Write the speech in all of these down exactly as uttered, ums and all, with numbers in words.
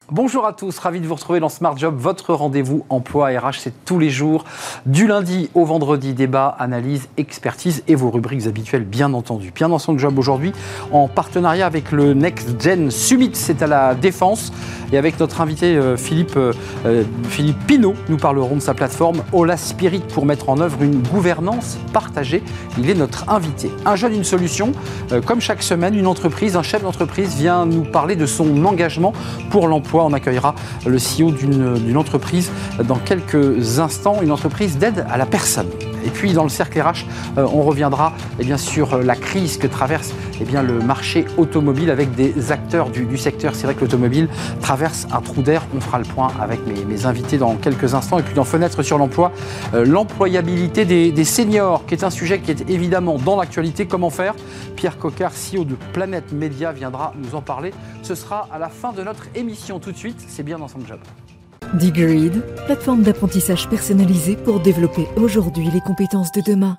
Bonjour à tous, ravi de vous retrouver dans Smart Job, votre rendez-vous emploi R H, c'est tous les jours, du lundi au vendredi, débat, analyse, expertise et vos rubriques habituelles bien entendu. Bien dans son job aujourd'hui, en partenariat avec le Next Gen Summit, c'est à la Défense. Et avec notre invité euh, Philippe, euh, Philippe Pinault, nous parlerons de sa plateforme Ola Spirit pour mettre en œuvre une gouvernance partagée. Il est notre invité. Un jeune, une solution. Euh, comme chaque semaine, une entreprise, un chef d'entreprise vient nous parler de son engagement pour l'emploi. On accueillera le C E O d'une, d'une entreprise dans quelques instants, une entreprise d'aide à la personne. Et puis dans le cercle R H, euh, on reviendra eh bien, sur la crise que traverse eh bien, le marché automobile avec des acteurs du, du secteur. C'est vrai que l'automobile traverse un trou d'air. On fera le point avec mes, mes invités dans quelques instants. Et puis dans Fenêtre sur l'emploi, euh, l'employabilité des, des seniors, qui est un sujet qui est évidemment dans l'actualité. Comment faire ? Pierre Coquart, C E O de Planète Média, viendra nous en parler. Ce sera à la fin de notre émission. Tout de suite, c'est bien dans son job. Digreed, plateforme d'apprentissage personnalisée pour développer aujourd'hui les compétences de demain.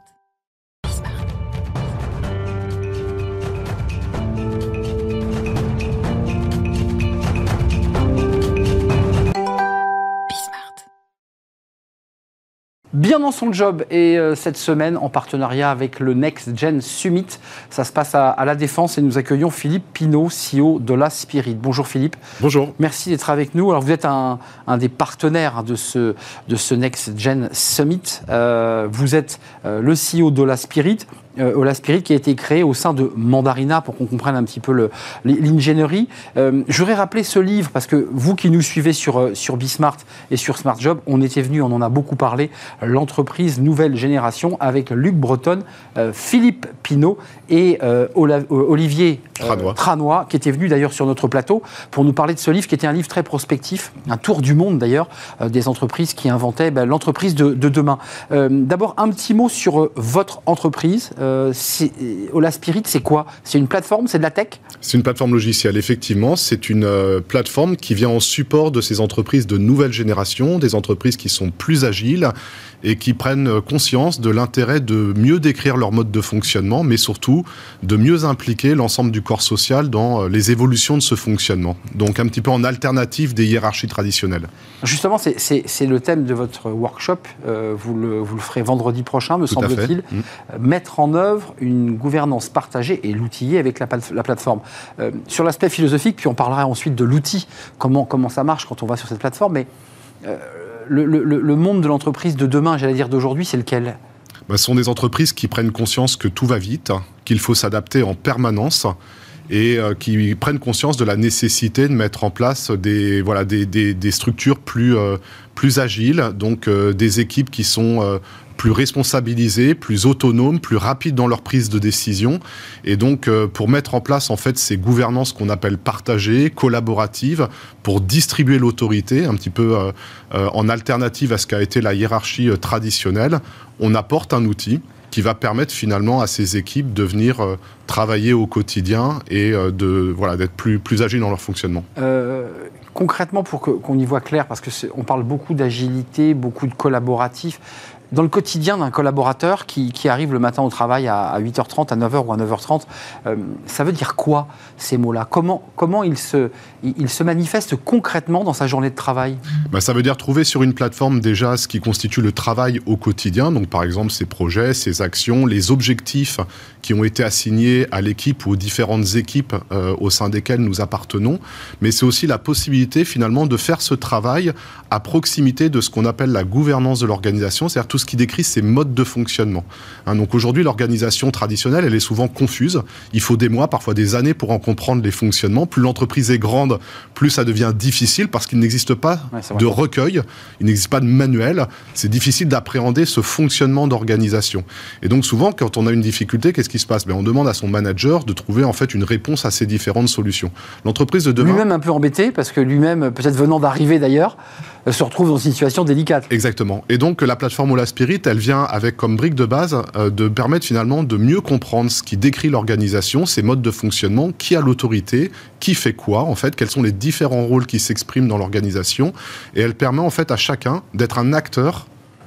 Bien dans son job et euh, cette semaine en partenariat avec le Next Gen Summit, ça se passe à, à la Défense et nous accueillons Philippe Pinault, C E O d'Ola Spirit. Bonjour Philippe. Bonjour. Merci d'être avec nous. Alors vous êtes un, un des partenaires de ce, de ce Next Gen Summit. Euh, vous êtes euh, le C E O d'Ola Spirit. Euh, Ola Spirit qui a été créé au sein de Mandarina pour qu'on comprenne un petit peu le, l'ingénierie. Euh, je voudrais rappeler ce livre parce que vous qui nous suivez sur, sur Bismart et sur Smart Job, on était venu, on en a beaucoup parlé, l'entreprise nouvelle génération avec Luc Breton, euh, Philippe Pinault et euh, Ola, Olivier euh, Tranois. Tranois qui était venu d'ailleurs sur notre plateau pour nous parler de ce livre qui était un livre très prospectif, un tour du monde d'ailleurs, euh, des entreprises qui inventaient ben, l'entreprise de, de demain. Euh, d'abord un petit mot sur euh, votre entreprise. Euh, c'est, Ola Spirit, c'est quoi ? C'est une plateforme, c'est de la tech ? C'est une plateforme logicielle, effectivement. C'est une euh, plateforme qui vient en support de ces entreprises de nouvelle génération, des entreprises qui sont plus agiles et qui prennent conscience de l'intérêt de mieux décrire leur mode de fonctionnement, mais surtout de mieux impliquer l'ensemble du corps social dans les évolutions de ce fonctionnement. Donc un petit peu en alternative des hiérarchies traditionnelles. Justement, c'est, c'est, c'est le thème de votre workshop. Euh, vous, le, vous le ferez vendredi prochain, me Tout semble-t-il. Mmh. Mettre en œuvre une gouvernance partagée et l'outiller avec la, la plateforme. Euh, sur l'aspect philosophique, puis on parlera ensuite de l'outil, comment, comment ça marche quand on va sur cette plateforme, mais euh, le, le, le monde de l'entreprise de demain, j'allais dire d'aujourd'hui, c'est lequel ? Ben, ce sont des entreprises qui prennent conscience que tout va vite, qu'il faut s'adapter en permanence et euh, qui prennent conscience de la nécessité de mettre en place des, voilà, des, des, des structures plus, euh, plus agiles, donc euh, des équipes qui sont euh, plus responsabilisées, plus autonomes, plus rapides dans leur prise de décision. Et donc, euh, pour mettre en place en fait ces gouvernances qu'on appelle partagées, collaboratives, pour distribuer l'autorité, un petit peu euh, euh, en alternative à ce qu'a été la hiérarchie euh, traditionnelle, on apporte un outil qui va permettre finalement à ces équipes de venir euh, travailler au quotidien et euh, de, voilà, d'être plus, plus agiles dans leur fonctionnement. Euh, concrètement, pour que, qu'on y voit clair, parce qu'on parle beaucoup d'agilité, beaucoup de collaboratif, dans le quotidien d'un collaborateur qui, qui arrive le matin au travail à, à huit heures trente, à neuf heures ou à neuf heures trente, euh, ça veut dire quoi ces mots-là ? Comment, comment il, se, il, il se manifeste concrètement dans sa journée de travail ? Ben, ça veut dire trouver sur une plateforme déjà ce qui constitue le travail au quotidien, donc par exemple ses projets, ses actions, les objectifs qui ont été assignés à l'équipe ou aux différentes équipes euh, au sein desquelles nous appartenons, mais c'est aussi la possibilité finalement de faire ce travail à proximité de ce qu'on appelle la gouvernance de l'organisation, c'est-à-dire tout ce qui décrit ses modes de fonctionnement. Hein, donc aujourd'hui, l'organisation traditionnelle, elle est souvent confuse. Il faut des mois, parfois des années pour en comprendre les fonctionnements. Plus l'entreprise est grande, plus ça devient difficile parce qu'il n'existe pas ouais, de recueil, il n'existe pas de manuel. C'est difficile d'appréhender ce fonctionnement d'organisation. Et donc souvent, quand on a une difficulté, qu'est-ce qui se passe ? Ben, on demande à son manager de trouver en fait une réponse à ces différentes solutions. L'entreprise de demain... Lui-même un peu embêté, parce que lui-même, peut-être venant d'arriver d'ailleurs, se retrouve dans une situation délicate. Exactement. Et donc la plateforme Ola Spirit, elle vient avec comme brique de base euh, de permettre finalement de mieux comprendre ce qui décrit l'organisation, ses modes de fonctionnement, qui a l'autorité, qui fait quoi en fait, quels sont les différents rôles qui s'expriment dans l'organisation. Et elle permet en fait à chacun d'être un acteur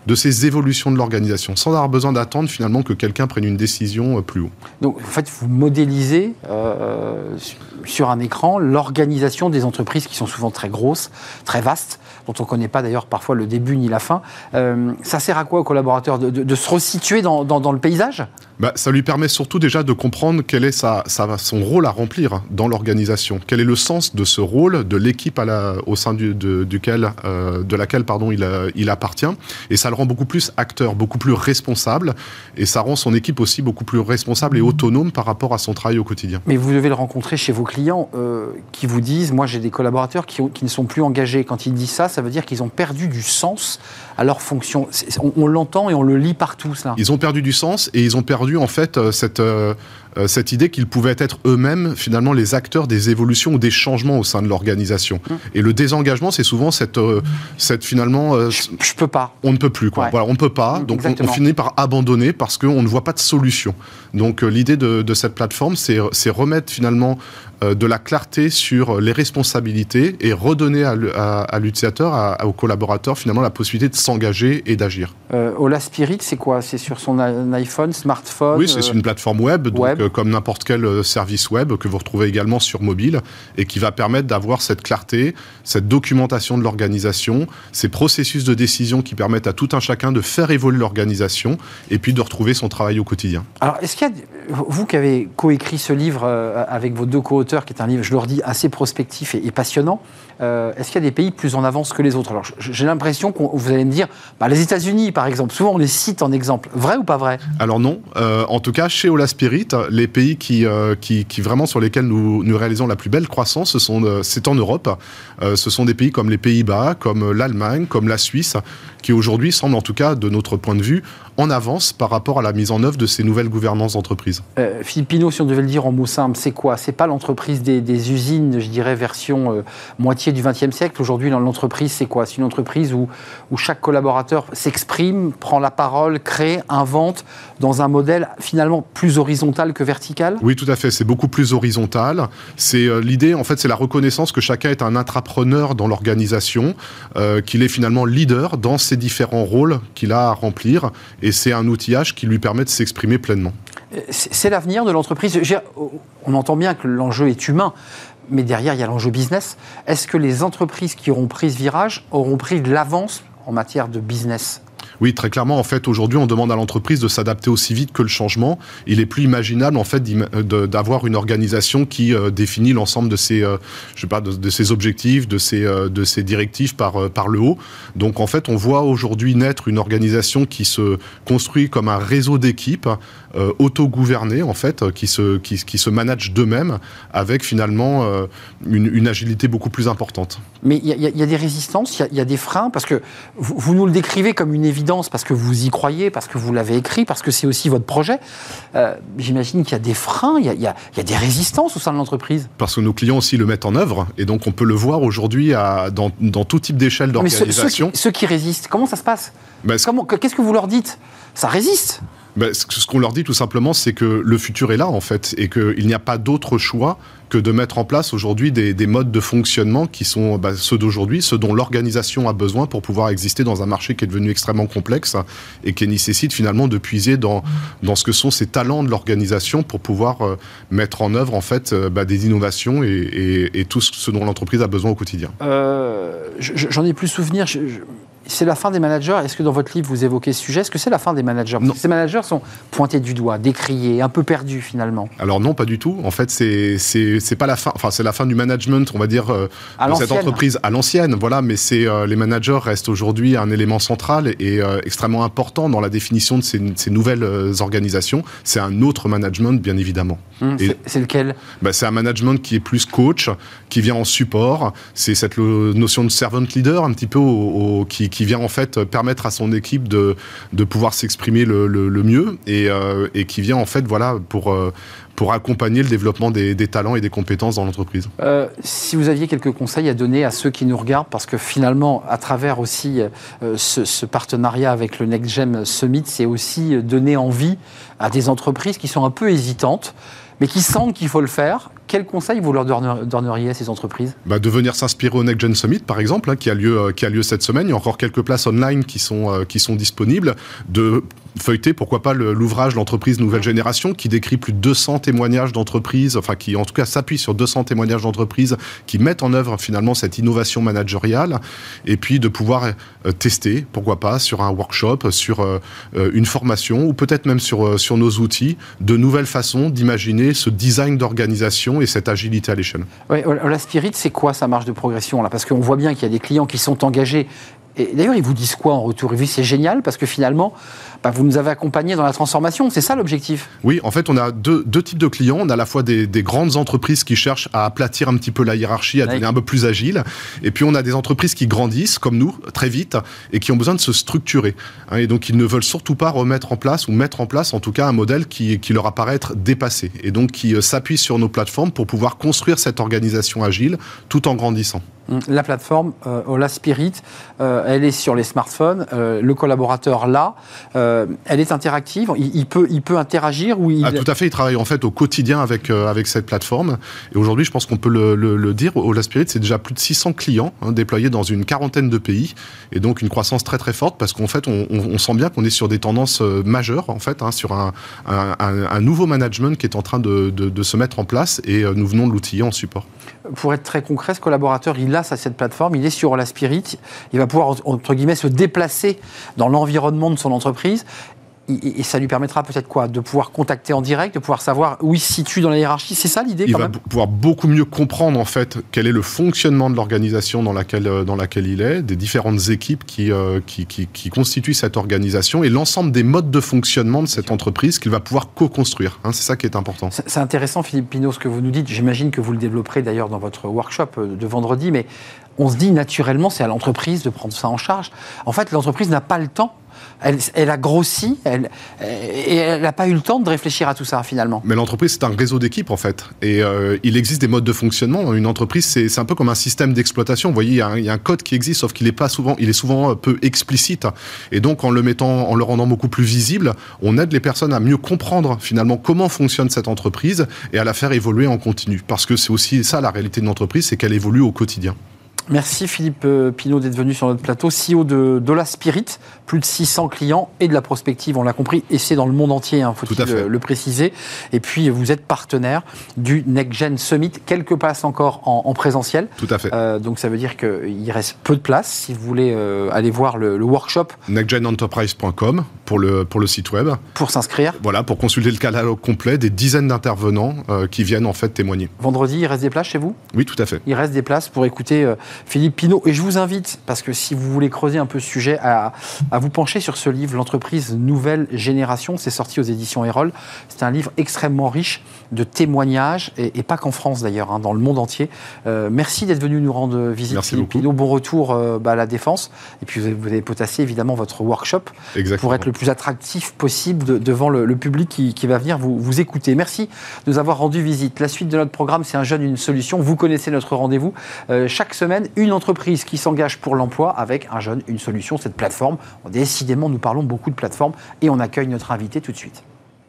de ces évolutions de l'organisation, sans avoir besoin d'attendre finalement que quelqu'un prenne une décision plus haut. Donc en fait, vous modélisez euh, sur un écran l'organisation des entreprises qui sont souvent très grosses, très vastes, dont on ne connaît pas d'ailleurs parfois le début ni la fin. Euh, ça sert à quoi aux collaborateurs de, de, de se resituer dans, dans, dans le paysage ? Bah, ça lui permet surtout déjà de comprendre quel est sa, sa, son rôle à remplir dans l'organisation. Quel est le sens de ce rôle, de l'équipe à la, au sein du, de, duquel, euh, de laquelle pardon, il, a, il appartient. Et ça le rend beaucoup plus acteur, beaucoup plus responsable. Et ça rend son équipe aussi beaucoup plus responsable et autonome par rapport à son travail au quotidien. Mais vous devez le rencontrer chez vos clients euh, qui vous disent, moi j'ai des collaborateurs qui, qui ne sont plus engagés. Quand ils disent ça, ça veut dire qu'ils ont perdu du sens à leur fonction. C'est, on, on l'entend et on le lit partout, cela. Ils ont perdu du sens et ils ont perdu en fait euh, cette, euh, cette idée qu'ils pouvaient être eux-mêmes finalement les acteurs des évolutions ou des changements au sein de l'organisation. Mmh. Et le désengagement, c'est souvent cette, euh, cette finalement... Euh, je, je peux pas. On ne peut plus, quoi. Ouais. Voilà, on ne peut pas, donc on, on finit par abandonner parce qu'on ne voit pas de solution. Donc euh, l'idée de, de cette plateforme, c'est, c'est remettre finalement euh, de la clarté sur les responsabilités et redonner à, à, à l'utilisateur, à, à, aux collaborateurs finalement la possibilité de s'engager et d'agir. Euh, Ola Spirit, c'est quoi ? C'est sur son iPhone, smartphone ? Oui, c'est euh... une plateforme web, donc, web. Euh, comme n'importe quel service web que vous retrouvez également sur mobile et qui va permettre d'avoir cette clarté, cette documentation de l'organisation, ces processus de décision qui permettent à tout un chacun de faire évoluer l'organisation et puis de retrouver son travail au quotidien. Alors, est-ce qu'il y a, vous qui avez coécrit ce livre euh, avec vos deux co-auteurs, qui est un livre, je le redis, assez prospectif et, et passionnant, euh, est-ce qu'il y a des pays plus en avance que les autres ? Alors, j'ai l'impression que vous allez me dire, bah, les États-Unis, par exemple, souvent on les cite en exemple. Vrai ou pas vrai ? Alors non. Euh, en tout cas, chez Ola Spirit, les pays qui, euh, qui, qui vraiment sur lesquels nous, nous réalisons la plus belle croissance, ce sont, euh, c'est en Europe. Euh, ce sont des pays comme les Pays-Bas, comme l'Allemagne, comme la Suisse, qui aujourd'hui semblent, en tout cas, de notre point de vue, en avance par rapport à la mise en œuvre de ces nouvelles gouvernances d'entreprise. Euh, Philippe Pinault, si on devait le dire en mots simples, c'est quoi ? C'est pas l'entreprise des, des usines, je dirais, version euh, moitié du vingtième siècle. Aujourd'hui, dans l'entreprise, c'est quoi ? C'est une entreprise où, où chaque collaborateur s'exprime, prend la parole, crée, invente, dans un modèle finalement plus horizontal que vertical ? Oui, tout à fait. C'est beaucoup plus horizontal. C'est euh, l'idée, en fait, c'est la reconnaissance que chacun est un intrapreneur dans l'organisation, euh, qu'il est finalement leader dans ses différents rôles qu'il a à remplir. Et c'est un outillage qui lui permet de s'exprimer pleinement. C'est l'avenir de l'entreprise. On entend bien que l'enjeu est humain, mais derrière, il y a l'enjeu business. Est-ce que les entreprises qui auront pris ce virage auront pris de l'avance en matière de business ? Oui, très clairement, en fait, aujourd'hui, on demande à l'entreprise de s'adapter aussi vite que le changement. Il est plus imaginable, en fait, de, d'avoir une organisation qui euh, définit l'ensemble de ses, euh, je sais pas, de, de ses objectifs, de ses, euh, de ses directives par, euh, par le haut. Donc, en fait, on voit aujourd'hui naître une organisation qui se construit comme un réseau d'équipes euh, autogouvernées, en fait, qui se, qui, qui se managent d'eux-mêmes avec, finalement, euh, une, une agilité beaucoup plus importante. Mais il y, y, y a des résistances, il y, y a des freins, parce que vous, vous nous le décrivez comme une évidence, parce que vous y croyez, parce que vous l'avez écrit, parce que c'est aussi votre projet. Euh, j'imagine qu'il y a des freins, il y a, il y a, il y a des résistances au sein de l'entreprise. Parce que nos clients aussi le mettent en œuvre, et donc on peut le voir aujourd'hui à, dans, dans tout type d'échelle d'organisation. Mais ceux, ceux, qui, ceux qui résistent, comment ça se passe ? Ben, comment, Qu'est-ce que vous leur dites ? Ça résiste ? Ben, ce qu'on leur dit tout simplement, c'est que le futur est là, en fait, et qu'il n'y a pas d'autre choix que de mettre en place aujourd'hui des, des modes de fonctionnement qui sont bah, ceux d'aujourd'hui, ceux dont l'organisation a besoin pour pouvoir exister dans un marché qui est devenu extrêmement complexe et qui nécessite finalement de puiser dans, dans ce que sont ces talents de l'organisation pour pouvoir euh, mettre en œuvre en fait euh, bah, des innovations et, et, et tout ce dont l'entreprise a besoin au quotidien. Euh, j'en ai plus souvenir. Je, je... C'est la fin des managers. Est-ce que dans votre livre, vous évoquez ce sujet ? Est-ce que c'est la fin des managers ? Parce que ces managers sont pointés du doigt, décriés, un peu perdus finalement. Alors non, pas du tout. En fait, c'est, c'est, c'est pas la fin. Enfin, c'est la fin du management, on va dire, euh, de cette entreprise à l'ancienne. Voilà, mais c'est, euh, les managers restent aujourd'hui un élément central et euh, extrêmement important dans la définition de ces, ces nouvelles euh, organisations. C'est un autre management, bien évidemment. Mmh, et, c'est, c'est lequel ? bah, C'est un management qui est plus coach, qui vient en support. C'est cette le, notion de servant leader, un petit peu au, au, qui qui vient en fait permettre à son équipe de, de pouvoir s'exprimer le, le, le mieux et, euh, et qui vient en fait voilà pour, euh, pour pour accompagner le développement des, des talents et des compétences dans l'entreprise. Euh, si vous aviez quelques conseils à donner à ceux qui nous regardent, parce que finalement, à travers aussi euh, ce, ce partenariat avec le Next Gen Summit, c'est aussi donner envie à des entreprises qui sont un peu hésitantes, mais qui sentent qu'il faut le faire. Quels conseils vous leur donneriez à ces entreprises ? bah, De venir s'inspirer au Next Gen Summit, par exemple, hein, qui, a lieu, euh, qui a lieu cette semaine. Il y a encore quelques places online qui sont, euh, qui sont disponibles. De feuilleter, pourquoi pas, le, l'ouvrage L'entreprise nouvelle génération, qui décrit plus de deux cents témoignages d'entreprises, enfin qui en tout cas s'appuie sur deux cents témoignages d'entreprises qui mettent en œuvre finalement cette innovation managériale. Et puis de pouvoir euh, tester, pourquoi pas, sur un workshop, sur euh, une formation, ou peut-être même sur, euh, sur nos outils, de nouvelles façons d'imaginer ce design d'organisation et cette agilité à l'échelle. Oui, la Spirit, c'est quoi sa marge de progression là ? Parce qu'on voit bien qu'il y a des clients qui sont engagés. Et d'ailleurs, ils vous disent quoi en retour ? Ils vous disent c'est génial parce que finalement, bah, vous nous avez accompagnés dans la transformation. C'est ça l'objectif ? Oui, en fait, on a deux, deux types de clients. On a à la fois des, des grandes entreprises qui cherchent à aplatir un petit peu la hiérarchie, à oui. devenir un peu plus agile. Et puis, on a des entreprises qui grandissent, comme nous, très vite, et qui ont besoin de se structurer. Hein, et donc, ils ne veulent surtout pas remettre en place, ou mettre en place, en tout cas, un modèle qui, qui leur apparaît être dépassé. Et donc, qui euh, s'appuie sur nos plateformes pour pouvoir construire cette organisation agile tout en grandissant. La plateforme euh, Ola Spirit, euh, elle est sur les smartphones. Euh, le collaborateur là, euh, elle est interactive. Il, il peut, il peut interagir ou il... ah, tout à fait. Il travaille en fait au quotidien avec euh, avec cette plateforme. Et aujourd'hui, je pense qu'on peut le, le, le dire. Ola Spirit, c'est déjà plus de six cents clients hein, déployés dans une quarantaine de pays, et donc une croissance très très forte parce qu'en fait, on, on, on sent bien qu'on est sur des tendances euh, majeures en fait, hein, sur un, un, un, un nouveau management qui est en train de, de, de se mettre en place, et euh, nous venons de l'outiller en support. Pour être très concret, ce collaborateur, il a cette plateforme, il est sur Ola Spirit, il va pouvoir, entre guillemets, se déplacer dans l'environnement de son entreprise. Et ça lui permettra peut-être quoi ? De pouvoir contacter en direct, de pouvoir savoir où il se situe dans la hiérarchie. C'est ça l'idée, il quand va même ? pouvoir beaucoup mieux comprendre en fait quel est le fonctionnement de l'organisation dans laquelle, dans laquelle il est, des différentes équipes qui, euh, qui, qui, qui constituent cette organisation, et l'ensemble des modes de fonctionnement de cette entreprise qu'il va pouvoir co-construire. Hein, c'est ça qui est important. C'est, c'est intéressant, Philippe Pinault, ce que vous nous dites. J'imagine que vous le développerez d'ailleurs dans votre workshop de vendredi, mais on se dit naturellement, c'est à l'entreprise de prendre ça en charge. En fait, l'entreprise n'a pas le temps. Elle, elle a grossi, elle, et elle n'a pas eu le temps de réfléchir à tout ça, finalement. Mais l'entreprise, c'est un réseau d'équipes, en fait. Et euh, il existe des modes de fonctionnement. Une entreprise, c'est, c'est un peu comme un système d'exploitation. Vous voyez, il y a un, il y a un code qui existe, sauf qu'il est pas souvent, il est souvent peu explicite. Et donc, en le mettant, en le rendant beaucoup plus visible, on aide les personnes à mieux comprendre, finalement, comment fonctionne cette entreprise et à la faire évoluer en continu. Parce que c'est aussi ça, la réalité de l'entreprise, c'est qu'elle évolue au quotidien. Merci Philippe Pinault d'être venu sur notre plateau, C E O de Ola Spirit, plus de six cents clients et de la prospective, on l'a compris, et c'est dans le monde entier, hein, faut-il le, le préciser. Et puis vous êtes partenaire du Next Gen Summit, quelques places encore en, en présentiel. Tout à fait. Euh, donc ça veut dire qu'il reste peu de places si vous voulez euh, aller voir le, le workshop. next gen enterprise point com pour le, pour le site web. Pour s'inscrire. Voilà, pour consulter le catalogue complet des dizaines d'intervenants euh, qui viennent en fait témoigner. Vendredi, il reste des places chez vous ? Oui, tout à fait. Il reste des places pour écouter euh, Philippe Pinault. Et je vous invite, parce que si vous voulez creuser un peu ce sujet, à, à vous pencher sur ce livre, L'entreprise nouvelle génération. C'est sorti aux éditions Erol. C'est un livre extrêmement riche de témoignages, et, et pas qu'en France d'ailleurs, hein, dans le monde entier. Euh, merci d'être venu nous rendre visite, merci Philippe beaucoup. Pinault. Bon retour euh, bah, à la Défense. Et puis vous avez, vous avez potassé évidemment votre workshop. Exactement. Pour être le plus attractif possible de, devant le, le public qui, qui va venir vous, vous écouter. Merci de nous avoir rendu visite. La suite de notre programme, c'est Un jeune, une solution. Vous connaissez notre rendez-vous. Euh, chaque semaine, une entreprise qui s'engage pour l'emploi avec Un jeune, une solution, cette plateforme. Décidément, nous parlons beaucoup de plateformes et on accueille notre invité tout de suite.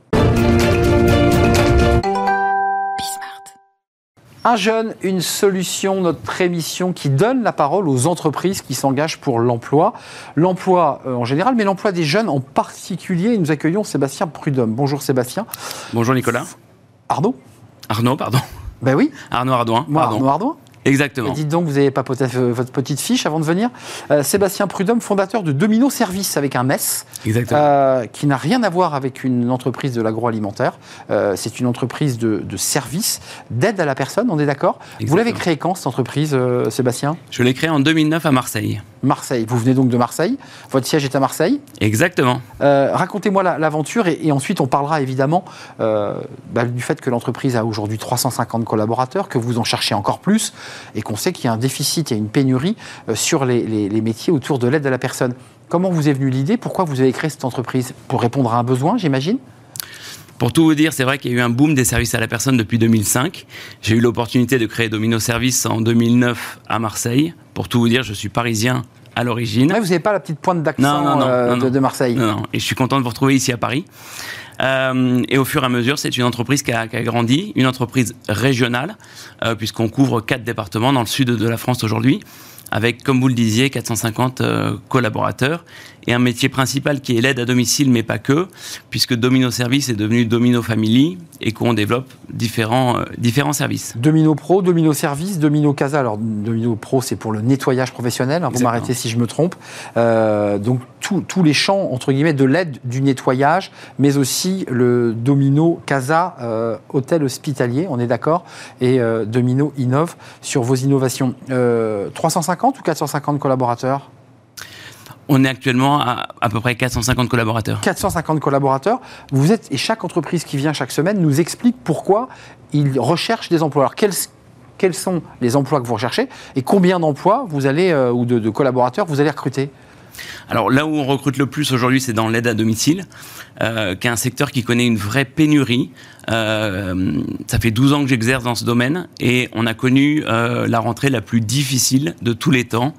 Un jeune, une solution, notre émission qui donne la parole aux entreprises qui s'engagent pour l'emploi. L'emploi euh, en général, mais l'emploi des jeunes en particulier. Et nous accueillons Sébastien Prudhomme. Bonjour Sébastien. Bonjour Nicolas. Arnaud. Arnaud, pardon. Ben oui. Arnaud Ardouin. Moi, pardon. Arnaud Ardouin. Exactement. Et dites donc, vous n'avez pas poté votre petite fiche avant de venir. Euh, Sébastien Prudhomme, fondateur de Domino Service avec un S. Exactement. Euh, qui n'a rien à voir avec une entreprise de l'agroalimentaire. Euh, c'est une entreprise de, de service, d'aide à la personne, on est d'accord ? Exactement. Vous l'avez créée quand, cette entreprise, euh, Sébastien ? Je l'ai créée en deux mille neuf à Marseille. Marseille. Vous venez donc de Marseille. Votre siège est à Marseille. Exactement. Euh, racontez-moi la, l'aventure et, et ensuite on parlera évidemment euh, bah, du fait que l'entreprise a aujourd'hui trois cent cinquante collaborateurs, que vous en cherchez encore plus et qu'on sait qu'il y a un déficit et une pénurie euh, sur les, les, les métiers autour de l'aide à la personne. Comment vous est venue l'idée ? Pourquoi vous avez créé cette entreprise ? Pour répondre à un besoin, j'imagine ? Pour tout vous dire, c'est vrai qu'il y a eu un boom des services à la personne depuis deux mille cinq. J'ai eu l'opportunité de créer Domino Service en deux mille neuf à Marseille. Pour tout vous dire, je suis parisien à l'origine. Ouais, vous n'avez pas la petite pointe d'accent non, non, non, euh, non, de, non. de Marseille. Non, non. Et je suis content de vous retrouver ici à Paris. Euh, et au fur et à mesure, c'est une entreprise qui a, qui a grandi, une entreprise régionale, euh, puisqu'on couvre quatre départements dans le sud de la France aujourd'hui, avec, comme vous le disiez, quatre cent cinquante euh, collaborateurs, et un métier principal qui est l'aide à domicile, mais pas que, puisque Domino Service est devenu Domino Family, et qu'on développe différents, euh, différents services. Domino Pro, Domino Service, Domino Casa. Alors, Domino Pro, c'est pour le nettoyage professionnel, hein, vous Exactement. m'arrêtez si je me trompe. Euh, donc, tous les champs, entre guillemets, de l'aide du nettoyage, mais aussi le Domino Casa, euh, hôtel hospitalier, on est d'accord, et euh, Domino Innove sur vos innovations. Euh, trois cent cinquante ou quatre cent cinquante collaborateurs ? On est actuellement à à peu près quatre cent cinquante collaborateurs. quatre cent cinquante collaborateurs. Vous êtes, et chaque entreprise qui vient chaque semaine nous explique pourquoi ils recherchent des emplois. Alors, quels, quels sont les emplois que vous recherchez et combien d'emplois vous allez, euh, ou de, de collaborateurs vous allez recruter ? Alors là où on recrute le plus aujourd'hui, c'est dans l'aide à domicile, euh, qui est un secteur qui connaît une vraie pénurie. Euh, ça fait douze ans que j'exerce dans ce domaine et on a connu euh, la rentrée la plus difficile de tous les temps.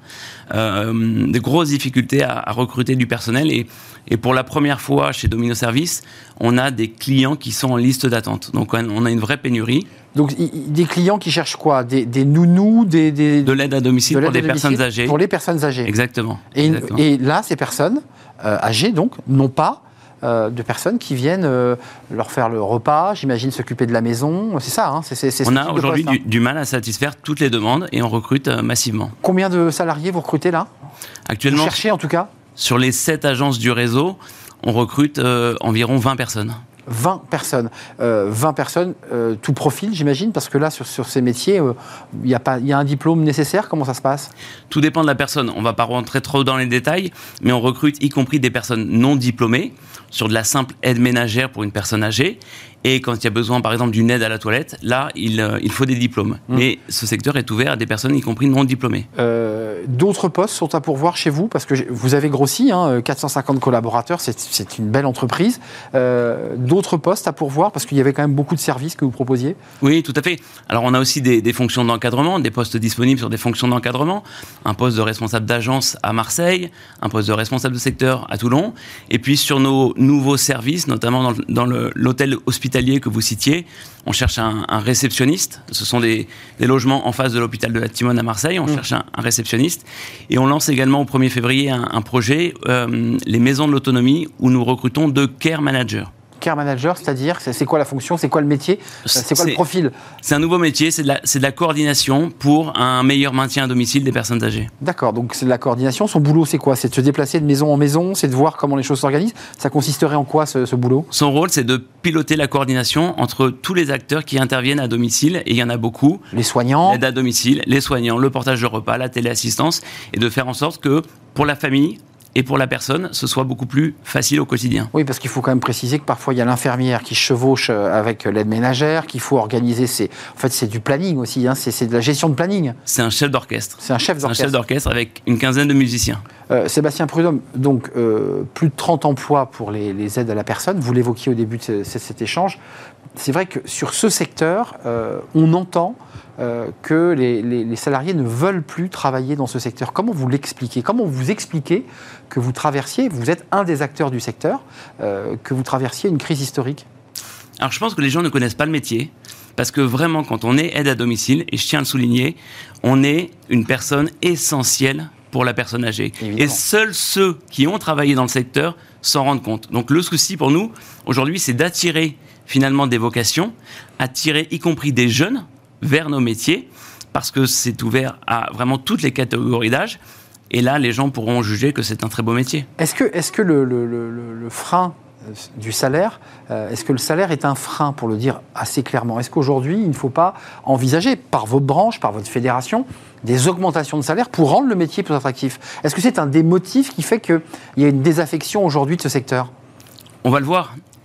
Euh, des grosses difficultés à, à recruter du personnel et, et pour la première fois chez Domino Service, on a des clients qui sont en liste d'attente. Donc on a une vraie pénurie. Donc, i- i- des clients qui cherchent quoi ? Des, des nounous, des, des, De l'aide à domicile de l'aide pour des à domicile personnes âgées. Pour les personnes âgées. Exactement. Et, Exactement. et là, ces personnes euh, âgées, donc, n'ont pas euh, de personnes qui viennent euh, leur faire le repas, j'imagine s'occuper de la maison. C'est ça, hein, c'est, c'est, c'est ce On a type de aujourd'hui poste, du, hein. du mal à satisfaire toutes les demandes et on recrute euh, massivement. Combien de salariés vous recrutez là ? Vous Actuellement, cherchez en tout cas sur les sept agences du réseau, on recrute euh, environ vingt personnes. vingt personnes. Euh, vingt personnes, euh, tout profil, j'imagine, parce que là, sur, sur ces métiers, euh, il y a pas, il y a un diplôme nécessaire. Comment ça se passe ? Tout dépend de la personne. On ne va pas rentrer trop dans les détails, mais on recrute y compris des personnes non diplômées sur de la simple aide ménagère pour une personne âgée. Et quand il y a besoin, par exemple, d'une aide à la toilette, là, il, euh, il faut des diplômes. Mmh. Mais ce secteur est ouvert à des personnes, y compris non diplômées. Euh, D'autres postes sont à pourvoir chez vous, parce que j'ai- vous avez grossi, hein, quatre cent cinquante collaborateurs, c'est, c'est une belle entreprise. Euh, D'autres postes à pourvoir, parce qu'il y avait quand même beaucoup de services que vous proposiez. Oui, tout à fait. Alors, on a aussi des, des fonctions d'encadrement, des postes disponibles sur des fonctions d'encadrement. Un poste de responsable d'agence à Marseille, un poste de responsable de secteur à Toulon. Et puis, sur nos nouveaux services, notamment dans, le- dans le- l'hôtel hospitalier que vous citiez, on cherche un, un réceptionniste. Ce sont des, des logements en face de l'hôpital de la Timone à Marseille. On mmh. cherche un, un réceptionniste. Et on lance également au premier février un, un projet, euh, les maisons de l'autonomie, où nous recrutons deux care managers. Care manager, c'est-à-dire, c'est, c'est quoi la fonction, c'est quoi le métier, c'est quoi c'est, le profil ? C'est un nouveau métier, c'est de, la, c'est de la coordination pour un meilleur maintien à domicile des personnes âgées. D'accord, donc c'est de la coordination. Son boulot, c'est quoi ? C'est de se déplacer de maison en maison, c'est de voir comment les choses s'organisent. Ça consisterait en quoi, ce, ce boulot ? Son rôle, c'est de piloter la coordination entre tous les acteurs qui interviennent à domicile, et il y en a beaucoup. Les soignants ? L'aide à domicile, les soignants, le portage de repas, la téléassistance, et de faire en sorte que pour la famille et pour la personne, ce soit beaucoup plus facile au quotidien. Oui, parce qu'il faut quand même préciser que parfois il y a l'infirmière qui chevauche avec l'aide ménagère, qu'il faut organiser. Ses... En fait, c'est du planning aussi, hein, c'est, c'est de la gestion de planning. C'est un chef d'orchestre. C'est un chef d'orchestre. C'est un chef d'orchestre avec une quinzaine de musiciens. Euh, Sébastien Prudhomme, donc euh, plus de trente emplois pour les, les aides à la personne. Vous l'évoquiez au début de ce, ce, cet échange. C'est vrai que sur ce secteur, euh, on entend euh, que les, les, les salariés ne veulent plus travailler dans ce secteur. Comment vous l'expliquez ? Comment vous expliquez que vous traversiez, vous êtes un des acteurs du secteur, euh, que vous traversiez une crise historique ? Alors je pense que les gens ne connaissent pas le métier, parce que vraiment quand on est aide à domicile, et je tiens à le souligner, on est une personne essentielle pour la personne âgée. Évidemment. Et seuls ceux qui ont travaillé dans le secteur s'en rendent compte. Donc le souci pour nous, aujourd'hui, c'est d'attirer finalement des vocations, attirer y compris des jeunes vers nos métiers, parce que c'est ouvert à vraiment toutes les catégories d'âge. Et là, les gens pourront juger que c'est un très beau métier. Est-ce que, est-ce que le, le, le, le frein du salaire, euh, est-ce que le salaire est un frein, pour le dire assez clairement ? Est-ce qu'aujourd'hui, il ne faut pas envisager, par votre branche, par votre fédération, des augmentations de salaire pour rendre le métier plus attractif ? Est-ce que c'est un des motifs qui fait qu'il y a une désaffection aujourd'hui de ce secteur ? On va le voir.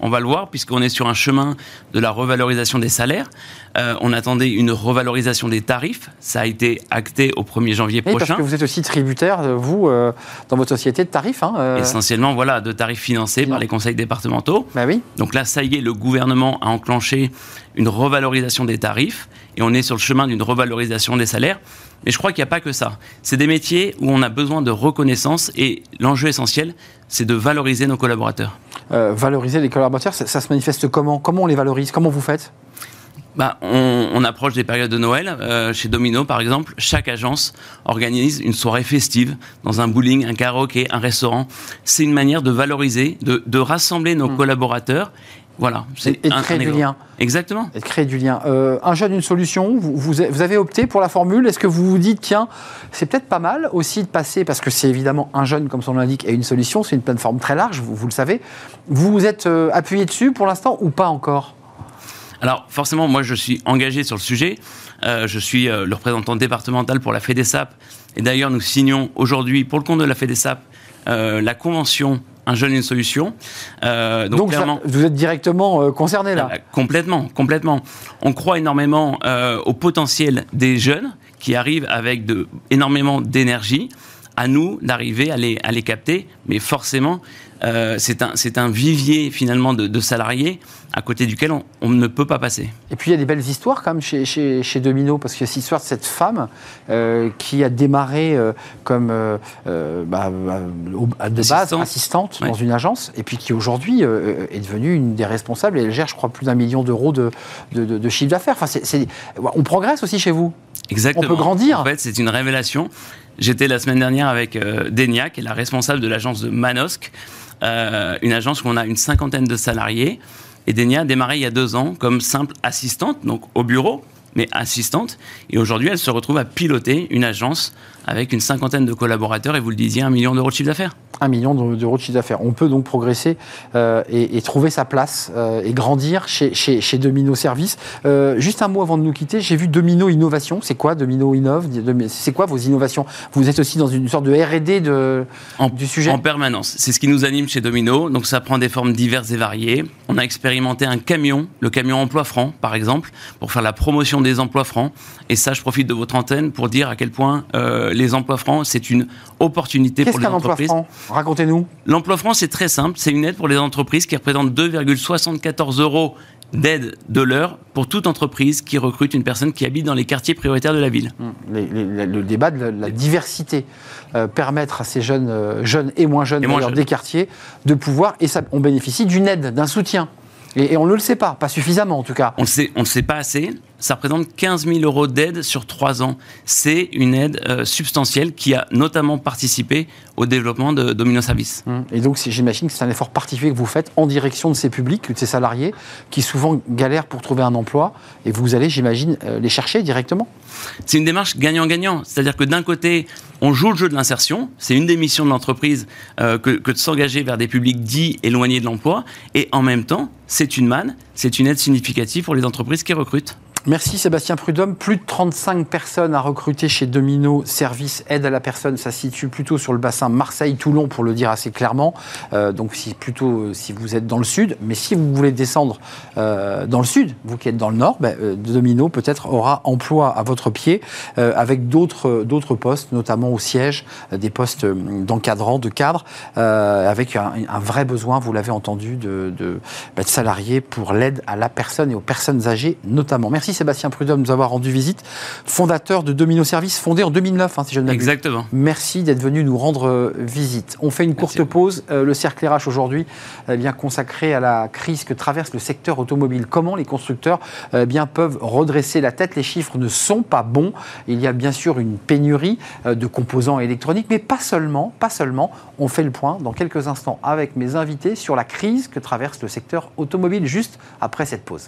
On va le voir puisqu'on est sur un chemin de la revalorisation des salaires. Euh, on attendait une revalorisation des tarifs. Ça a été acté au premier janvier oui, prochain. Parce que vous êtes aussi tributaire, vous, euh, dans votre société, de tarifs. Hein, euh... Essentiellement, voilà, de tarifs financés Finan. par les conseils départementaux. Bah oui. Donc là, ça y est, le gouvernement a enclenché une revalorisation des tarifs et on est sur le chemin d'une revalorisation des salaires. Mais je crois qu'il n'y a pas que ça. C'est des métiers où on a besoin de reconnaissance et l'enjeu essentiel, c'est de valoriser nos collaborateurs. Euh, valoriser les collaborateurs, ça, ça se manifeste comment ? Comment on les valorise ? Comment vous faites ? Bah, on, on approche des périodes de Noël. Euh, chez Domino, par exemple, chaque agence organise une soirée festive dans un bowling, un karaoké, un restaurant. C'est une manière de valoriser, de, de rassembler nos mmh. collaborateurs. Voilà, c'est et de créer du lien. Exactement. Et de créer du lien. Euh, un jeune, une solution. Vous, vous, vous avez opté pour la formule. Est-ce que vous vous dites, tiens, c'est peut-être pas mal aussi de passer, parce que c'est évidemment un jeune, comme son nom l'indique, et une solution. C'est une plateforme très large, vous, vous le savez. Vous vous êtes euh, appuyé dessus pour l'instant ou pas encore ? Alors, forcément, moi, je suis engagé sur le sujet. Euh, je suis euh, le représentant départemental pour la FEDESAP. Et d'ailleurs, nous signons aujourd'hui, pour le compte de la FEDESAP, euh, la convention Un jeune, une solution. Euh, donc, donc clairement, ça, vous êtes directement euh, concerné là ? euh, Complètement, complètement. On croit énormément euh, au potentiel des jeunes qui arrivent avec de, énormément d'énergie. À nous d'arriver à les, à les capter, mais forcément, euh, c'est, un, c'est un vivier finalement de, de salariés à côté duquel on, on ne peut pas passer. Et puis il y a des belles histoires quand même chez, chez, chez Domino, parce qu'il y a cette histoire de cette femme euh, qui a démarré euh, comme euh, bah, bah, de base assistante, assistante ouais. dans une agence, et puis qui aujourd'hui euh, est devenue une des responsables, et elle gère, je crois, plus d'un million d'euros de, de, de, de chiffre d'affaires. Enfin, c'est, c'est, on progresse aussi chez vous. Exactement. On peut grandir. En fait, c'est une révélation. J'étais la semaine dernière avec euh, Denia, qui est la responsable de l'agence de Manosque, euh, une agence où on a une cinquantaine de salariés. Et Denia a démarré il y a deux ans comme simple assistante, donc au bureau, mais assistante. Et aujourd'hui, elle se retrouve à piloter une agence avec une cinquantaine de collaborateurs, et vous le disiez, un million d'euros de chiffre d'affaires. Un million d'euros de chiffre d'affaires. On peut donc progresser euh, et, et trouver sa place euh, et grandir chez, chez, chez Domino Service. Euh, juste un mot avant de nous quitter, j'ai vu Domino Innovation. C'est quoi Domino Innove ? C'est quoi vos innovations ? Vous êtes aussi dans une sorte de R et D de, en, du sujet ? En permanence. C'est ce qui nous anime chez Domino. Donc ça prend des formes diverses et variées. On a expérimenté un camion, le camion Emploi Franc, par exemple, pour faire la promotion des emplois francs. Et ça, je profite de votre antenne pour dire à quel point euh, les emplois francs, c'est une opportunité Qu'est-ce pour les entreprises. Qu'est-ce qu'un emploi franc ? Racontez-nous. L'emploi franc, c'est très simple. C'est une aide pour les entreprises qui représente deux virgule soixante-quatorze euros d'aide de l'heure pour toute entreprise qui recrute une personne qui habite dans les quartiers prioritaires de la ville. Les, les, le débat de la, la diversité, euh, permettre à ces jeunes, euh, jeunes et moins jeunes, et moins jeunes des quartiers de pouvoir, et ça, on bénéficie d'une aide, d'un soutien. Et, et on ne le sait pas, pas suffisamment en tout cas. On ne le sait pas assez. Ça représente quinze mille euros d'aide sur trois ans. C'est une aide euh, substantielle qui a notamment participé au développement de Domino Service. Et donc, j'imagine que c'est un effort particulier que vous faites en direction de ces publics, de ces salariés, qui souvent galèrent pour trouver un emploi. Et vous allez, j'imagine, euh, les chercher directement. C'est une démarche gagnant-gagnant. C'est-à-dire que d'un côté, on joue le jeu de l'insertion. C'est une des missions de l'entreprise euh, que, que de s'engager vers des publics dits éloignés de l'emploi. Et en même temps, c'est une manne, c'est une aide significative pour les entreprises qui recrutent. Merci Sébastien Prudhomme. Plus de trente-cinq personnes à recruter chez Domino Service Aide à la personne. Ça se situe plutôt sur le bassin Marseille-Toulon, pour le dire assez clairement. Euh, donc si, plutôt euh, si vous êtes dans le sud. Mais si vous voulez descendre euh, dans le sud, vous qui êtes dans le nord, ben, euh, Domino peut-être aura emploi à votre pied euh, avec d'autres, d'autres postes, notamment au siège, euh, des postes d'encadrant, de cadre, euh, avec un, un vrai besoin, vous l'avez entendu, de, de, ben, de salariés pour l'aide à la personne et aux personnes âgées notamment. Merci Sébastien Prudhomme de nous avoir rendu visite, fondateur de Domino Service, fondé en deux mille neuf, hein, si je ne m'abuse. Exactement. Merci d'être venu nous rendre euh, visite. On fait une courte Merci. pause. Euh, le cercle R H aujourd'hui, eh bien consacré à la crise que traverse le secteur automobile. Comment les constructeurs eh bien, peuvent redresser la tête ? Les chiffres ne sont pas bons. Il y a bien sûr une pénurie euh, de composants électroniques, mais pas seulement, pas seulement. On fait le point dans quelques instants avec mes invités sur la crise que traverse le secteur automobile, juste après cette pause.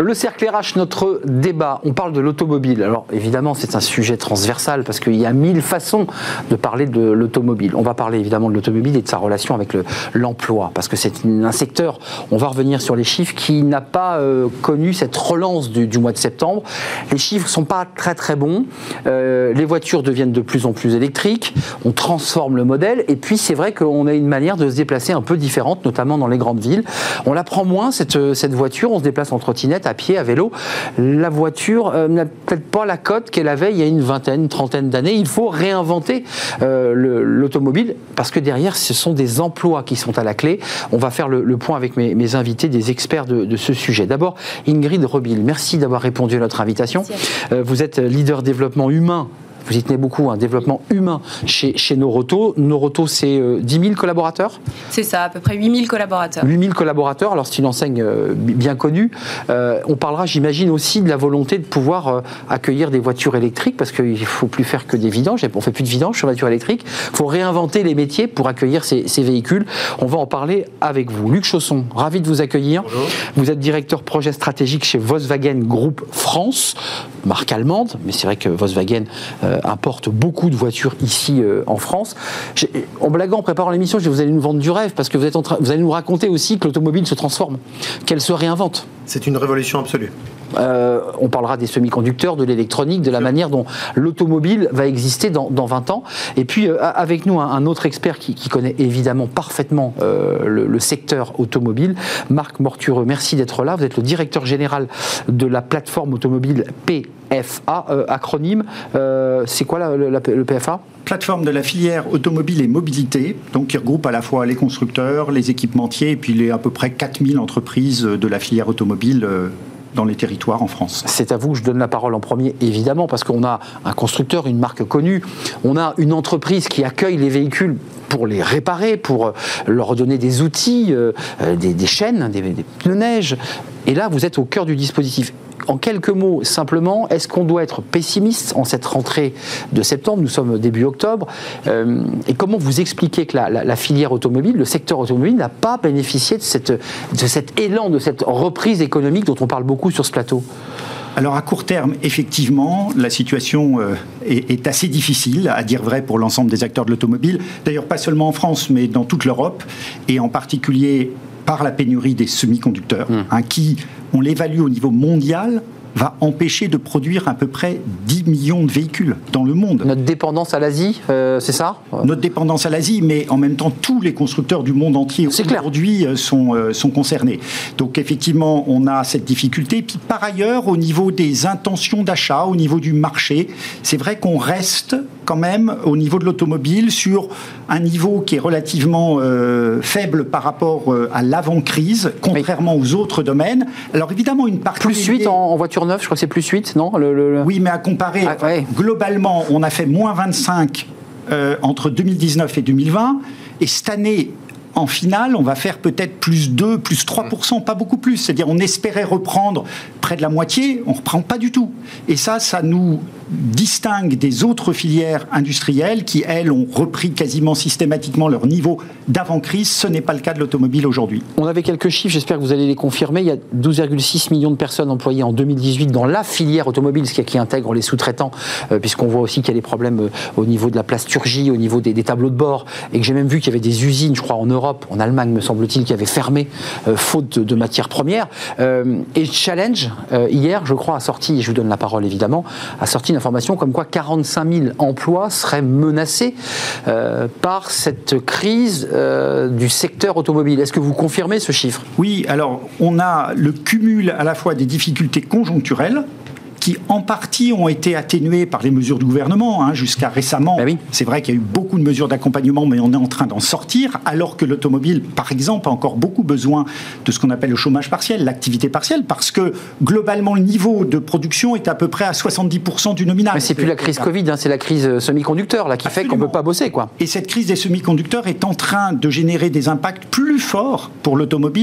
Le cercle R H, notre débat, on parle de l'automobile. Alors évidemment, c'est un sujet transversal parce qu'il y a mille façons de parler de l'automobile. On va parler évidemment de l'automobile et de sa relation avec le, l'emploi, parce que c'est un secteur, on va revenir sur les chiffres, qui n'a pas euh, connu cette relance du, du mois de septembre. Les chiffres ne sont pas très très bons. Euh, les voitures deviennent de plus en plus électriques. On transforme le modèle. Et puis c'est vrai qu'on a une manière de se déplacer un peu différente, notamment dans les grandes villes. On la prend moins, cette, cette voiture. On se déplace en trottinette, à pied, à vélo. La voiture euh, n'a peut-être pas la cote qu'elle avait il y a une vingtaine, une trentaine d'années. Il faut réinventer euh, le, l'automobile, parce que derrière, ce sont des emplois qui sont à la clé. On va faire le, le point avec mes, mes invités, des experts de, de ce sujet. D'abord, Ingrid Rebil, merci d'avoir répondu à notre invitation. Euh, vous êtes leader développement humain. Vous y tenez beaucoup, un hein, développement humain chez, chez Noroto. Noroto, c'est euh, dix mille collaborateurs ? C'est ça, à peu près huit mille collaborateurs. huit mille collaborateurs, alors c'est une enseigne euh, bien connue. Euh, on parlera, j'imagine, aussi de la volonté de pouvoir euh, accueillir des voitures électriques, parce qu'il ne faut plus faire que des vidanges, on ne fait plus de vidanges sur voitures électriques. Il faut réinventer les métiers pour accueillir ces, ces véhicules. On va en parler avec vous. Luc Chausson, ravi de vous accueillir. Bonjour. Vous êtes directeur projet stratégique chez Volkswagen Group France, marque allemande, mais c'est vrai que Volkswagen euh, importe beaucoup de voitures ici euh, en France. J'ai, en blaguant, en préparant l'émission, je dis, vous allez nous vendre du rêve, parce que vous, êtes en train, vous allez nous raconter aussi que l'automobile se transforme, qu'elle se réinvente. C'est une révolution absolue. Euh, on parlera des semi-conducteurs, de l'électronique, de la manière dont l'automobile va exister dans, dans vingt ans. Et puis, euh, avec nous, un, un autre expert qui, qui connaît évidemment parfaitement euh, le, le secteur automobile, Marc Mortureux. Merci d'être là. Vous êtes le directeur général de la plateforme automobile P F A, euh, acronyme. Euh, c'est quoi la, la, le P F A ? Plateforme de la filière automobile et mobilité, donc qui regroupe à la fois les constructeurs, les équipementiers et puis les à peu près quatre mille entreprises de la filière automobile euh, dans les territoires en France. C'est à vous que je donne la parole en premier, évidemment, parce qu'on a un constructeur, une marque connue, on a une entreprise qui accueille les véhicules pour les réparer, pour leur donner des outils, euh, des, des chaînes, des, des pneus neige. Et là, vous êtes au cœur du dispositif. En quelques mots, simplement, est-ce qu'on doit être pessimiste en cette rentrée de septembre ? Nous sommes début octobre. Euh, et comment vous expliquez que la, la, la filière automobile, le secteur automobile, n'a pas bénéficié de, cette, de cet élan, de cette reprise économique dont on parle beaucoup sur ce plateau ? Alors à court terme, effectivement, la situation euh, est, est assez difficile, à dire vrai, pour l'ensemble des acteurs de l'automobile. D'ailleurs, pas seulement en France, mais dans toute l'Europe, et en particulier par la pénurie des semi-conducteurs, mmh. hein, qui, on l'évalue au niveau mondial, va empêcher de produire à peu près dix millions de véhicules dans le monde. Notre dépendance à l'Asie, euh, c'est ça ? Notre dépendance à l'Asie, mais en même temps, tous les constructeurs du monde entier aujourd'hui sont, euh, sont concernés. Donc effectivement, on a cette difficulté. Puis par ailleurs, au niveau des intentions d'achat, au niveau du marché, c'est vrai qu'on reste quand même au niveau de l'automobile sur un niveau qui est relativement euh, faible par rapport euh, à l'avant-crise, contrairement oui. aux autres domaines. Alors évidemment, une partie... Plus huit en, en voiture neuve, je crois que c'est plus huit, non le, le, le... Oui, mais à comparer, ah, ouais. globalement, on a fait moins vingt-cinq euh, entre deux mille dix-neuf et deux mille vingt, et cette année... En finale, on va faire peut-être plus deux, plus trois pour cent, pas beaucoup plus. C'est-à-dire, on espérait reprendre près de la moitié, on ne reprend pas du tout. Et ça, ça nous distingue des autres filières industrielles qui, elles, ont repris quasiment systématiquement leur niveau d'avant-crise. Ce n'est pas le cas de l'automobile aujourd'hui. On avait quelques chiffres, j'espère que vous allez les confirmer. Il y a douze virgule six millions de personnes employées en deux mille dix-huit dans la filière automobile, ce qui intègre les sous-traitants, euh, puisqu'on voit aussi qu'il y a des problèmes euh, au niveau de la plasturgie, au niveau des, des tableaux de bord, et que j'ai même vu qu'il y avait des usines, je crois, en Europe, en Allemagne, me semble-t-il, qui avait fermé euh, faute de, de matières premières. Euh, et Challenge, euh, hier, je crois, a sorti, et je vous donne la parole évidemment, a sorti une information comme quoi quarante-cinq mille emplois seraient menacés euh, par cette crise euh, du secteur automobile. Est-ce que vous confirmez ce chiffre ? Oui, alors on a le cumul à la fois des difficultés conjoncturelles, qui en partie ont été atténuées par les mesures du gouvernement, hein, jusqu'à récemment. Ben oui. C'est vrai qu'il y a eu beaucoup de mesures d'accompagnement, mais on est en train d'en sortir, alors que l'automobile, par exemple, a encore beaucoup besoin de ce qu'on appelle le chômage partiel, l'activité partielle, parce que globalement, le niveau de production est à peu près à soixante-dix pour cent du nominal. Mais c'est plus la crise Covid, hein, c'est la crise semi-conducteur là, qui Absolument. fait qu'on ne peut pas bosser, quoi. Et cette crise des semi-conducteurs est en train de générer des impacts plus forts pour l'automobile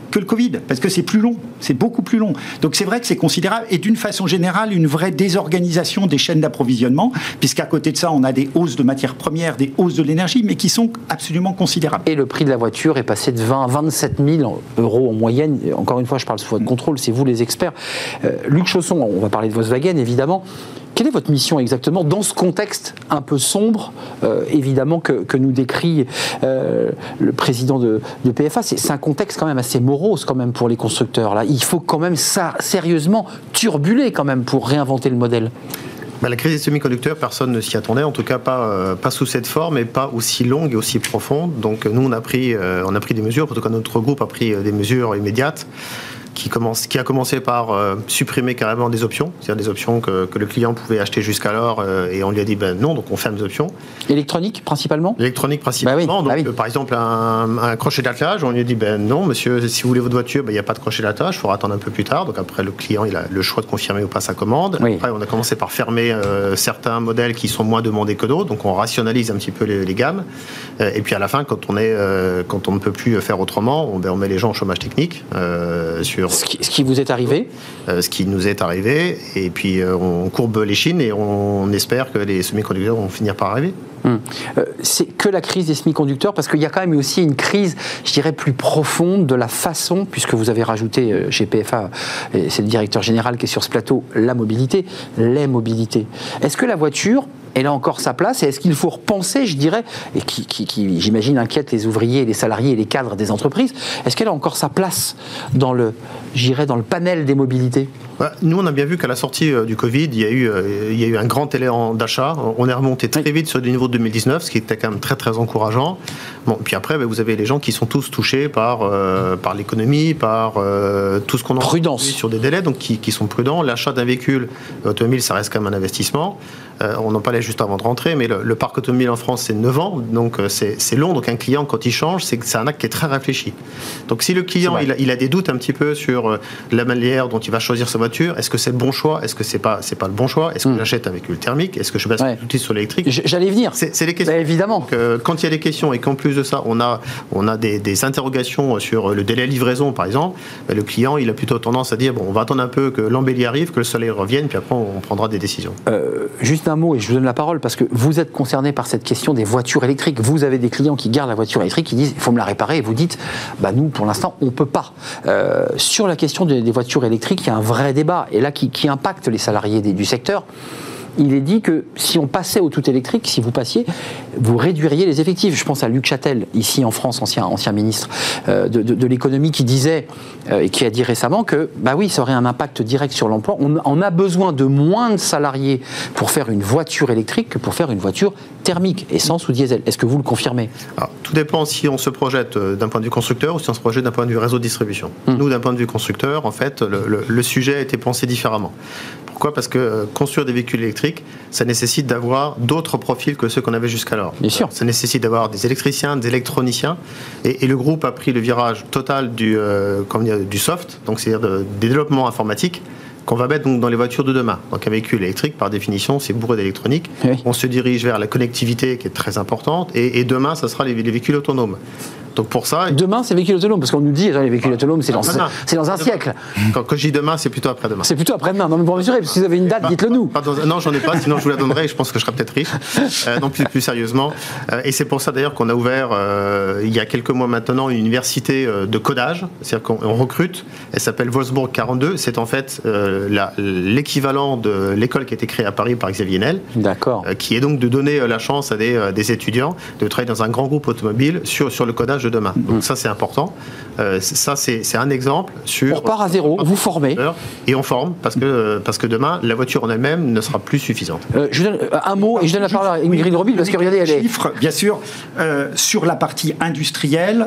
que le Covid, parce que c'est plus long, c'est beaucoup plus long. Donc c'est vrai que c'est considérable, et d'une façon générale, une vraie désorganisation des chaînes d'approvisionnement, puisqu'à côté de ça, on a des hausses de matières premières, des hausses de l'énergie, mais qui sont absolument considérables. Et le prix de la voiture est passé de vingt à vingt-sept mille euros en moyenne. Encore une fois, je parle sous votre contrôle, c'est vous les experts. Euh, Luc Chausson, on va parler de Volkswagen, évidemment. Quelle est votre mission exactement dans ce contexte un peu sombre, euh, évidemment, que, que nous décrit euh, le président de, de P F A? C'est, c'est un contexte quand même assez morose quand même pour les constructeurs. Là. Il faut quand même ça, sérieusement turbuler quand même pour réinventer le modèle. Bah, la crise des semi-conducteurs, personne ne s'y attendait, en tout cas pas, euh, pas sous cette forme et pas aussi longue et aussi profonde. Donc nous, on a pris, euh, on a pris des mesures, en tout cas notre groupe a pris euh, des mesures immédiates. Qui, commence, qui a commencé par euh, supprimer carrément des options, c'est-à-dire des options que, que le client pouvait acheter jusqu'alors euh, et on lui a dit ben non, donc on ferme les options. Électronique principalement ? Électronique principalement. Bah oui, donc, bah oui. euh, par exemple, un, un crochet d'attelage, on lui a dit ben non, monsieur, si vous voulez votre voiture, ben, il n'y a pas de crochet d'attelage, il faudra attendre un peu plus tard. Donc après, le client il a le choix de confirmer ou pas sa commande. Oui. Après, on a commencé par fermer euh, certains modèles qui sont moins demandés que d'autres, donc on rationalise un petit peu les, les gammes. Euh, et puis à la fin, quand on, est, euh, quand on ne peut plus faire autrement, on, ben, on met les gens au chômage technique euh, sur. Ce qui, ce qui vous est arrivé euh, Ce qui nous est arrivé, et puis euh, on courbe les chines et on, on espère que les semi-conducteurs vont finir par arriver. Hum. Euh, c'est que la crise des semi-conducteurs, parce qu'il y a quand même aussi une crise, je dirais, plus profonde de la façon, puisque vous avez rajouté euh, chez P F A, et c'est le directeur général qui est sur ce plateau, la mobilité, les mobilités. Est-ce que la voiture, elle a encore sa place, et est-ce qu'il faut repenser, je dirais, et qui, qui, qui j'imagine, inquiète les ouvriers, les salariés et les cadres des entreprises, est-ce qu'elle a encore sa place dans le, j'irais, dans le panel des mobilités ? Nous, on a bien vu qu'à la sortie euh, du Covid, il y, a eu, euh, il y a eu un grand élan d'achat. On est remonté très oui. vite sur des niveaux de deux mille dix-neuf, ce qui était quand même très très encourageant. Bon, puis après, ben, vous avez les gens qui sont tous touchés par, euh, par l'économie, par euh, tout ce qu'on a Prudence. sur des délais, donc qui, qui sont prudents. L'achat d'un véhicule automobile, ça reste quand même un investissement. Euh, on en parlait juste avant de rentrer, mais le, le parc automobile en France, c'est neuf ans, donc c'est, c'est long. Donc un client, quand il change, c'est, c'est un acte qui est très réfléchi. Donc si le client il a, il a des doutes un petit peu sur la manière dont il va choisir sa voiture, est-ce que c'est le bon choix? Est-ce que c'est pas, c'est pas le bon choix? Est-ce que mmh. j'achète un véhicule thermique? Est-ce que je passe ouais. tout de suite sur l'électrique? J'allais venir. C'est, c'est les questions. Bah, évidemment. Donc, euh, quand il y a des questions et qu'en plus de ça, on a, on a des, des interrogations sur le délai de livraison, par exemple, bah, le client, il a plutôt tendance à dire bon, on va attendre un peu que l'embellie arrive, que le soleil revienne, puis après, on prendra des décisions. Euh, juste un mot, et je vous donne la parole, parce que vous êtes concerné par cette question des voitures électriques. Vous avez des clients qui gardent la voiture électrique, qui disent il faut me la réparer, et vous dites bah, nous, pour l'instant, on ne peut pas. Euh, sur la question des, des voitures électriques, il y a un vrai débat, et là, qui, qui impacte les salariés des, du secteur. Il est dit que si on passait au tout électrique, si vous passiez, vous réduiriez les effectifs. Je pense à Luc Châtel, ici en France, ancien, ancien ministre euh, de, de, de l'économie, qui disait, euh, et qui a dit récemment que, bah oui, ça aurait un impact direct sur l'emploi. On, on a besoin de moins de salariés pour faire une voiture électrique que pour faire une voiture thermique, essence ou diesel. Est-ce que vous le confirmez? Alors, tout dépend si on se projette d'un point de vue constructeur ou si on se projette d'un point de vue réseau de distribution. Hum. Nous, d'un point de vue constructeur, en fait, le, le, le sujet a été pensé différemment. Pourquoi ? Parce que euh, construire des véhicules électriques, ça nécessite d'avoir d'autres profils que ceux qu'on avait jusqu'alors. Bien sûr. Ça nécessite d'avoir des électriciens, des électroniciens, et, et le groupe a pris le virage total du, euh, comment dire, du soft, donc c'est-à-dire de, des développements informatiques qu'on va mettre donc dans les voitures de demain. Donc un véhicule électrique, par définition, c'est bourré d'électronique. Oui. On se dirige vers la connectivité qui est très importante, et, et demain, ça sera les, les véhicules autonomes. Donc pour ça, demain, c'est véhicules autonomes, parce qu'on nous dit les véhicules autonomes, c'est dans, c'est dans un demain. siècle. Quand, quand je dis demain, c'est plutôt après-demain. C'est plutôt après-demain. Non, mais pour mesurer, si vous avez une date, dites-le nous. Pardon, non, j'en ai pas, sinon je vous la donnerai et je pense que je serai peut-être riche. Euh, non, plus, plus sérieusement. Euh, et c'est pour ça d'ailleurs qu'on a ouvert, euh, il y a quelques mois maintenant, une université euh, de codage. C'est-à-dire qu'on on recrute. Elle s'appelle Wolfsburg quarante-deux. C'est en fait euh, la, l'équivalent de l'école qui a été créée à Paris par Xavier Niel. D'accord. Euh, qui est donc de donner la chance à des, euh, des étudiants de travailler dans un grand groupe automobile sur, sur le codage de demain. Donc mmh. ça, c'est important. Euh, ça, c'est, c'est un exemple sur... On repart à zéro, vous formez. Et on forme, parce que, parce que demain, la voiture en elle-même ne sera plus suffisante. Euh, je donne un mot, et je donne la parole à Ingrid Robil, parce que regardez, elle est... Chiffres, bien sûr, euh, sur la partie industrielle,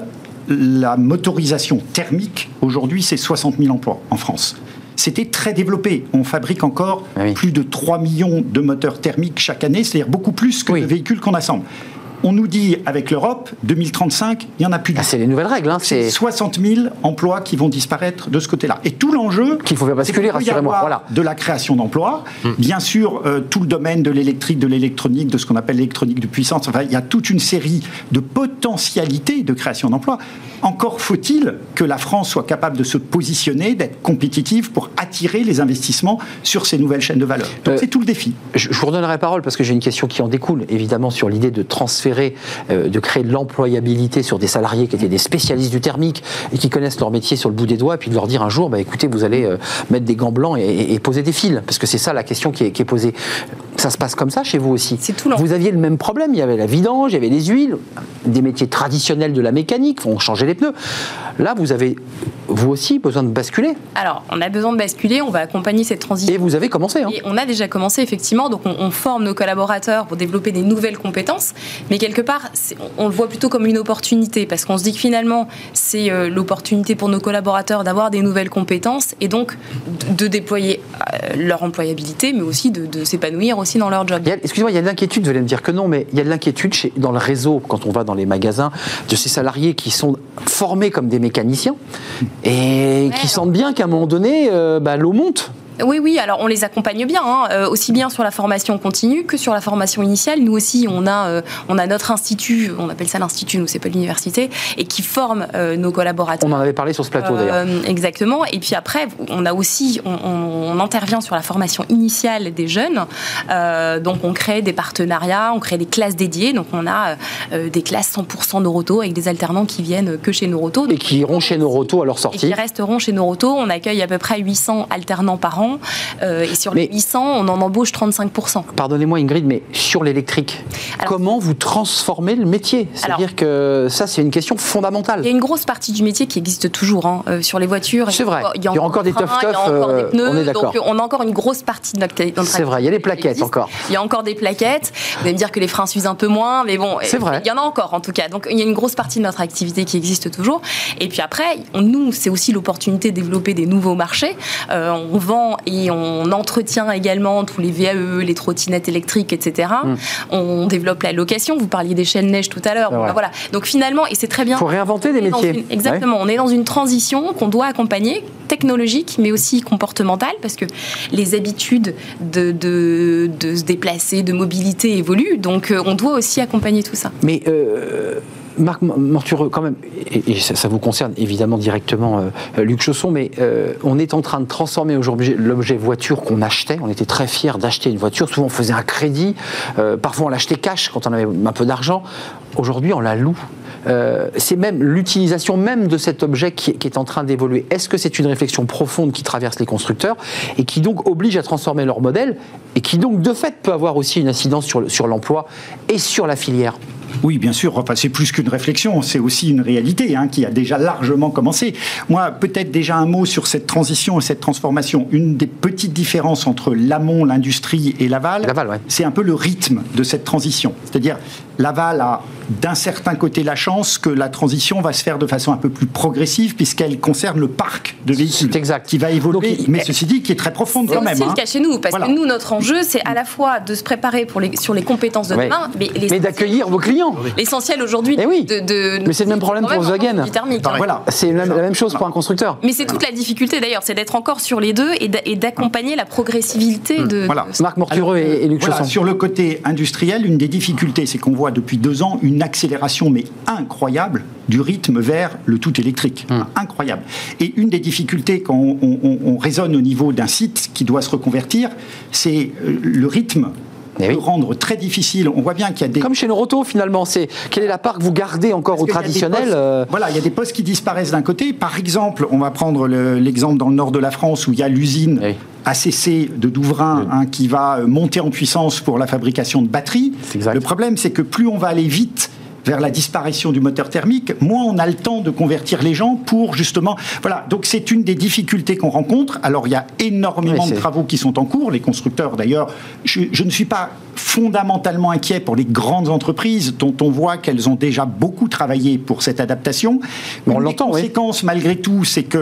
la motorisation thermique, aujourd'hui, c'est soixante mille emplois en France. C'était très développé. On fabrique encore oui. plus de trois millions de moteurs thermiques chaque année, c'est-à-dire beaucoup plus que oui. de véhicules qu'on assemble. on nous dit avec l'Europe, deux mille trente-cinq, il n'y en a plus. Ah, c'est les nouvelles règles. Hein, c'est soixante mille emplois qui vont disparaître de ce côté-là. Et tout l'enjeu, qu'il faut faire basculer, rassurez-moi. Voilà. De la création d'emplois, mmh. bien sûr, euh, tout le domaine de l'électrique, de l'électronique, de ce qu'on appelle l'électronique de puissance. Enfin, il y a toute une série de potentialités de création d'emplois. Encore faut-il que la France soit capable de se positionner, d'être compétitive pour attirer les investissements sur ces nouvelles chaînes de valeur. Donc euh, c'est tout le défi. Je, je vous redonnerai la parole parce que j'ai une question qui en découle, évidemment, sur l'idée de transférer, euh, de créer de l'employabilité sur des salariés qui étaient des spécialistes du thermique et qui connaissent leur métier sur le bout des doigts, et puis de leur dire un jour, bah, écoutez, vous allez euh, mettre des gants blancs et, et, et poser des fils, parce que c'est ça la question qui est, qui est posée. Ça se passe comme ça chez vous aussi? C'est tout. Vous aviez le même problème, il y avait la vidange, il y avait les huiles, des métiers traditionnels de la mécanique, on changeait les pneus. Là, vous avez, vous aussi, besoin de basculer. Alors, on a besoin de basculer, on va accompagner cette transition. Et vous avez commencé. Hein. Et on a déjà commencé, effectivement, donc on, on forme nos collaborateurs pour développer des nouvelles compétences, mais quelque part, on, on le voit plutôt comme une opportunité, parce qu'on se dit que finalement, c'est euh, l'opportunité pour nos collaborateurs d'avoir des nouvelles compétences, et donc de, de déployer euh, leur employabilité, mais aussi de, de s'épanouir aussi dans leur job. Il y a, excusez-moi, il y a de l'inquiétude, vous allez me dire que non, mais il y a de l'inquiétude chez, dans le réseau, quand on va dans les magasins, de ces salariés qui sont formés comme des mécaniciens, et ouais, qui alors... sentent bien qu'à un moment donné, euh, bah, l'eau monte. Oui, oui, alors on les accompagne bien, hein, euh, aussi bien sur la formation continue que sur la formation initiale. Nous aussi, on a, euh, on a notre institut, on appelle ça l'institut, nous c'est pas l'université, et qui forme euh, nos collaborateurs. On en avait parlé sur ce plateau euh, d'ailleurs. Exactement, et puis après, on a aussi, on, on, on intervient sur la formation initiale des jeunes, euh, donc on crée des partenariats, on crée des classes dédiées, donc on a euh, des classes cent pour cent Noroto avec des alternants qui viennent que chez Noroto. Et qui iront chez Noroto à leur sortie. Et qui resteront chez Noroto, on accueille à peu près huit cents alternants par an. Euh, et sur mais, les huit cents, on en embauche trente-cinq pour cent. Pardonnez-moi Ingrid, mais sur l'électrique, alors, comment vous transformez le métier? C'est-à-dire que ça, c'est une question fondamentale. Il y a une grosse partie du métier qui existe toujours. Hein. Euh, sur les voitures, c'est vrai. Il y a encore, il y a encore des teuf-teuf, il y a encore euh, des pneus, on est d'accord. Donc on a encore une grosse partie de notre, notre activité. C'est vrai, il y a les plaquettes encore. Il y a encore des plaquettes. Vous allez me dire que les freins s'usent un peu moins, mais bon, c'est vrai. Il y en a encore en tout cas. Donc il y a une grosse partie de notre activité qui existe toujours. Et puis après, on, nous, c'est aussi l'opportunité de développer des nouveaux marchés. Euh, on vend et on entretient également tous les V A E, les trottinettes électriques, et cetera. Mmh. On développe la location. Vous parliez des chaînes neige tout à l'heure. Bon, ben voilà. Donc finalement, et c'est très bien. Il faut réinventer des métiers. Une, exactement. Ouais. On est dans une transition qu'on doit accompagner, technologique, mais aussi comportementale, parce que les habitudes de, de, de se déplacer, de mobilité évoluent. Donc euh, on doit aussi accompagner tout ça. Mais euh... Marc Mortureux, quand même, et, et ça, ça vous concerne évidemment directement, euh, Luc Chausson, mais euh, on est en train de transformer aujourd'hui l'objet voiture qu'on achetait. On était très fiers d'acheter une voiture. Souvent, on faisait un crédit. Euh, parfois, on l'achetait cash quand on avait un peu d'argent. Aujourd'hui, on la loue. Euh, c'est même l'utilisation même de cet objet qui, qui est en train d'évoluer. Est-ce que c'est une réflexion profonde qui traverse les constructeurs et qui donc oblige à transformer leur modèle et qui donc de fait peut avoir aussi une incidence sur, sur l'emploi et sur la filière? Oui, bien sûr. Enfin, c'est plus qu'une réflexion, c'est aussi une réalité hein, qui a déjà largement commencé. Moi, peut-être déjà un mot sur cette transition et cette transformation. Une des petites différences entre l'amont, l'industrie et l'aval, l'aval ouais. c'est un peu le rythme de cette transition. C'est-à-dire, l'aval a d'un certain côté la chance que la transition va se faire de façon un peu plus progressive puisqu'elle concerne le parc de véhicules c'est exact. qui va évoluer, Donc, mais est... ceci dit, qui est très profonde c'est quand même. C'est aussi hein. le cas chez nous, parce voilà. que nous, notre enjeu, c'est à la fois de se préparer pour les, sur les compétences de demain, ouais. mais, mais d'accueillir vos clients. L'essentiel aujourd'hui, eh oui. de, de, mais c'est le même problème pour Volkswagen. Thermique, hein. Voilà. C'est la, la même chose pour un constructeur. Mais c'est toute la difficulté d'ailleurs, c'est d'être encore sur les deux et d'accompagner la progressivité mmh. de. Voilà. Marc Mortureux Alors, et, et Luc voilà, Chausson. Sur le côté industriel, une des difficultés, c'est qu'on voit depuis deux ans une accélération mais incroyable du rythme vers le tout électrique. Mmh. Incroyable. Et une des difficultés quand on, on, on raisonne au niveau d'un site qui doit se reconvertir, c'est le rythme. Eh oui. peut rendre très difficile. On voit bien qu'il y a des... Comme chez Noroto, finalement. C'est... Quelle est la part que vous gardez encore Parce au traditionnel postes, euh... Voilà, il y a des postes qui disparaissent d'un côté. Par exemple, on va prendre le, l'exemple dans le nord de la France où il y a l'usine oui. A C C de Douvrin oui. hein, qui va monter en puissance pour la fabrication de batteries. Le problème, c'est que plus on va aller vite vers la disparition du moteur thermique, moins on a le temps de convertir les gens pour justement... Voilà, donc c'est une des difficultés qu'on rencontre. Alors il y a énormément oui, de travaux qui sont en cours. Les constructeurs d'ailleurs, je, je ne suis pas fondamentalement inquiet pour les grandes entreprises dont on voit qu'elles ont déjà beaucoup travaillé pour cette adaptation. Mais on Une l'entend, des conséquences oui. malgré tout, c'est que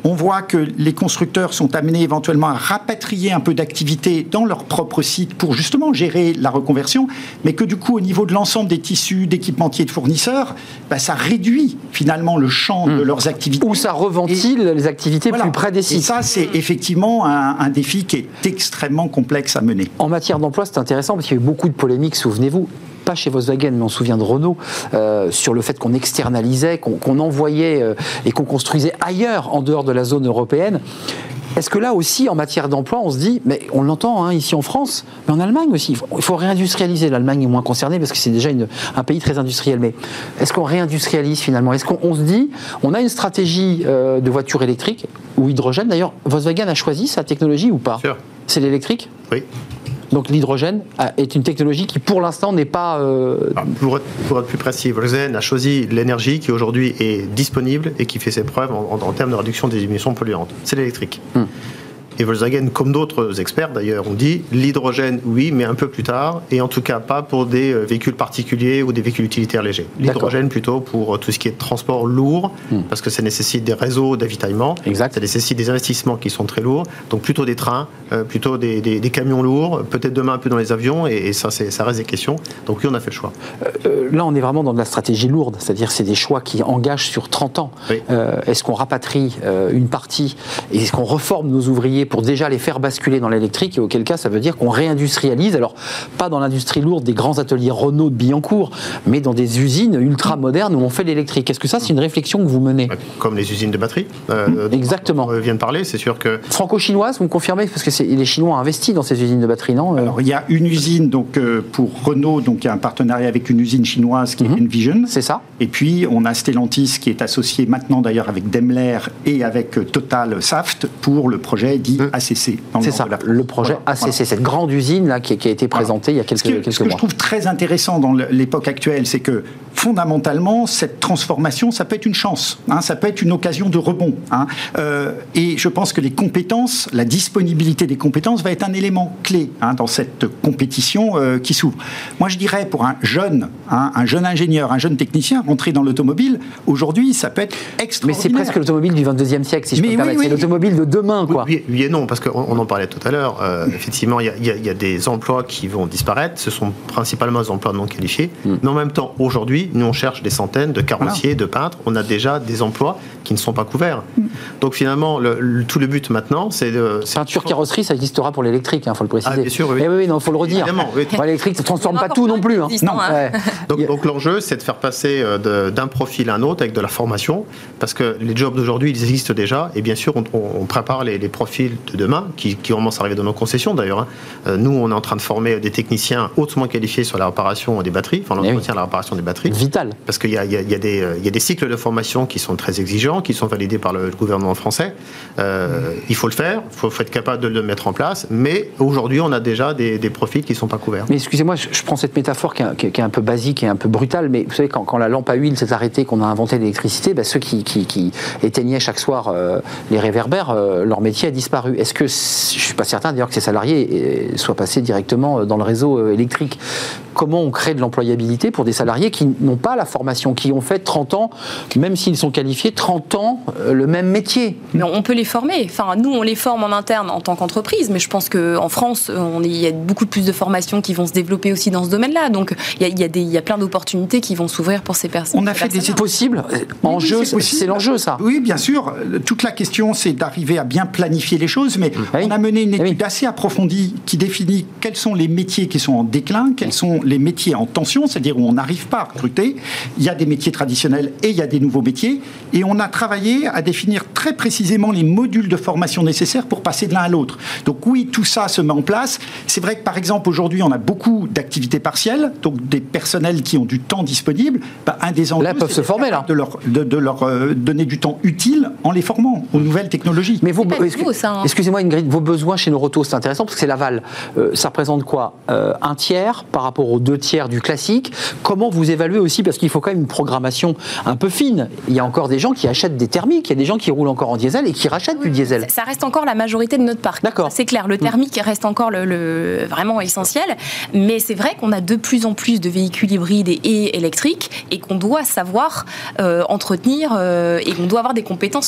On voit que les constructeurs sont amenés éventuellement à rapatrier un peu d'activité dans leur propre site pour justement gérer la reconversion, mais que du coup, au niveau de l'ensemble des tissus, d'équipementiers, de fournisseurs, bah, ça réduit finalement le champ mmh. de leurs activités. Ou ça reventile et, les activités voilà. plus près des sites. Et ça, c'est effectivement un, un défi qui est extrêmement complexe à mener. En matière d'emploi, c'est intéressant parce qu'il y a eu beaucoup de polémiques, souvenez-vous. Pas chez Volkswagen, mais on se souvient de Renault, euh, sur le fait qu'on externalisait, qu'on, qu'on envoyait euh, et qu'on construisait ailleurs, en dehors de la zone européenne. Est-ce que là aussi, en matière d'emploi, on se dit, mais on l'entend hein, ici en France, mais en Allemagne aussi, il faut, il faut réindustrialiser. L'Allemagne est moins concernée parce que c'est déjà une, un pays très industriel. Mais est-ce qu'on réindustrialise finalement? Est-ce qu'on on se dit, on a une stratégie euh, de voiture électrique ou hydrogène? D'ailleurs, Volkswagen a choisi sa technologie ou pas? Sûr. C'est l'électrique? Oui. Donc l'hydrogène est une technologie qui, pour l'instant, n'est pas... Euh... Ah, pour, être, pour être plus précis, Volkswagen a choisi l'énergie qui aujourd'hui est disponible et qui fait ses preuves en, en, en termes de réduction des émissions polluantes. C'est l'électrique. Hum. Et Volkswagen, comme d'autres experts d'ailleurs, ont dit l'hydrogène, oui, mais un peu plus tard, et en tout cas pas pour des véhicules particuliers ou des véhicules utilitaires légers. L'hydrogène D'accord. plutôt pour tout ce qui est transport lourd, mmh. parce que ça nécessite des réseaux d'avitaillement, exact. Ça nécecite des investissements qui sont très lourds, donc plutôt des trains, euh, plutôt des, des, des camions lourds, peut-être demain un peu dans les avions, et, et ça, c'est, ça reste des questions. Donc oui, on a fait le choix. Euh, là, on est vraiment dans de la stratégie lourde, c'est-à-dire c'est des choix qui engagent sur trente ans. Oui. Euh, est-ce qu'on rapatrie euh, une partie, et est-ce qu'on reforme nos ouvriers pour déjà les faire basculer dans l'électrique, et auquel cas ça veut dire qu'on réindustrialise, alors pas dans l'industrie lourde des grands ateliers Renault de Billancourt, mais dans des usines ultra modernes où on fait l'électrique. Est-ce que ça c'est une réflexion que vous menez? Comme les usines de batterie euh, Exactement. On vient de parler, c'est sûr que... Franco-chinoise, vous me confirmez? Parce que c'est, les Chinois ont investi dans ces usines de batterie, non? Alors il y a une usine donc, euh, pour Renault, donc il y a un partenariat avec une usine chinoise qui mm-hmm. est Envision. C'est ça. Et puis on a Stellantis qui est associé maintenant d'ailleurs avec Daimler et avec Total Saft pour le projet dit mm. A C C. C'est ça, le projet voilà, A C C, voilà. Cette grande usine là qui, qui a été présentée voilà. il y a quelques, ce que, quelques ce que mois. Je trouve très intéressant dans l'époque actuelle, c'est que fondamentalement, cette transformation, ça peut être une chance, hein, ça peut être une occasion de rebond. Hein, euh, et je pense que les compétences, la disponibilité des compétences va être un élément clé hein, dans cette compétition euh, qui s'ouvre. Moi, je dirais pour un jeune, hein, un jeune ingénieur, un jeune technicien, rentrer dans l'automobile, aujourd'hui, ça peut être extraordinaire. Mais c'est presque l'automobile du vingt-deuxième siècle, si je peux me permettre. Oui, oui. C'est l'automobile de demain, quoi. Oui, oui et non, parce qu'on on en parlait tout à l'heure. Euh, effectivement, il y, y, y a des emplois qui vont disparaître. Ce sont principalement des emplois non qualifiés. Mm. Mais en même temps, aujourd'hui, nous, on cherche des centaines de carrossiers, voilà. de peintres. On a déjà des emplois qui ne sont pas couverts. Mm. Donc finalement, le, le, tout le but maintenant, c'est de... C'est Peinture, faut... carrosserie, ça existera pour l'électrique, il hein, faut le préciser. Ah, bien sûr, oui. Eh oui, il faut le redire. Oui. Bon, l'électrique, ça ne transforme pas tout non plus. Hein. Non. Ouais. Donc, donc l'enjeu, c'est de faire passer de, d'un profil à un autre avec de la formation, parce que les jobs d'aujourd'hui, ils existent déjà, et bien sûr, on, on prépare les, les profils de demain, qui, qui commencent à arriver dans nos concessions d'ailleurs. Hein. Euh, nous, on est en train de former des techniciens hautement qualifiés sur la réparation des batteries, enfin l'entretien et la réparation des batteries. Vital. Parce qu'il y a, il y a, il y a, des, il y a des cycles de formation qui sont très exigeants, qui sont validés par le, le gouvernement français. Euh, mmh. Il faut le faire, il faut, faut être capable de le mettre en place, mais aujourd'hui, on a déjà des, des profils qui ne sont pas couverts. Mais excusez-moi, je, je prends cette métaphore qui est, qui, est, qui est un peu basique et un peu brutale, mais vous savez, quand, quand la lampe à huile s'est arrêtée, qu'on a inventé l'électricité, bah, ceux qui, qui, qui éteignaient chaque soir euh, les réverbères, euh, leur métier a disparu. Est-ce que, je ne suis pas certain d'ailleurs que ces salariés soient passés directement dans le réseau électrique. Comment on crée de l'employabilité pour des salariés qui n'ont pas la formation, qui ont fait trente ans, même s'ils sont qualifiés, trente ans, le même métier? Mais on peut les former. Enfin, nous, on les forme en interne en tant qu'entreprise, mais je pense qu'en France, on est, il y a beaucoup plus de formations qui vont se développer aussi dans ce domaine-là. Donc, il y a, il y a, des, il y a plein d'opportunités qui vont s'ouvrir pour ces personnes. On a fait des... C'est possible. En oui, jeu, c'est, c'est l'enjeu, ça. Oui, bien sûr. Toute la question, c'est d'arriver à bien planifier les choses, mais oui. on a mené une étude oui. assez approfondie qui définit quels sont les métiers qui sont en déclin, quels sont les métiers en tension, c'est-à-dire où on n'arrive pas à recruter. Il y a des métiers traditionnels et il y a des nouveaux métiers. Et on a travaillé à définir très précisément les modules de formation nécessaires pour passer de l'un à l'autre. Donc oui, tout ça se met en place. C'est vrai que par exemple, aujourd'hui, on a beaucoup d'activités partielles, donc des personnels qui ont du temps disponible. Bah, un des enjeux, là, peuvent se former, là. De leur, de, de leur euh, donner du temps utile en les formant aux nouvelles technologies. Mais vos, excusez, ça, hein. excusez-moi Ingrid, vos besoins chez Noroto, c'est intéressant parce que c'est l'aval. Euh, ça représente quoi euh, un tiers par rapport aux deux tiers du classique. Comment vous évaluez aussi, parce qu'il faut quand même une programmation un peu fine. Il y a encore des gens qui achètent des thermiques, il y a des gens qui roulent encore en diesel et qui rachètent oui, du diesel. Ça reste encore la majorité de notre parc. D'accord. C'est clair, le thermique mmh. reste encore le, le, vraiment essentiel, mais c'est vrai qu'on a de plus en plus de véhicules hybrides et, et électriques et qu'on doit savoir euh, entretenir euh, et qu'on doit avoir des compétences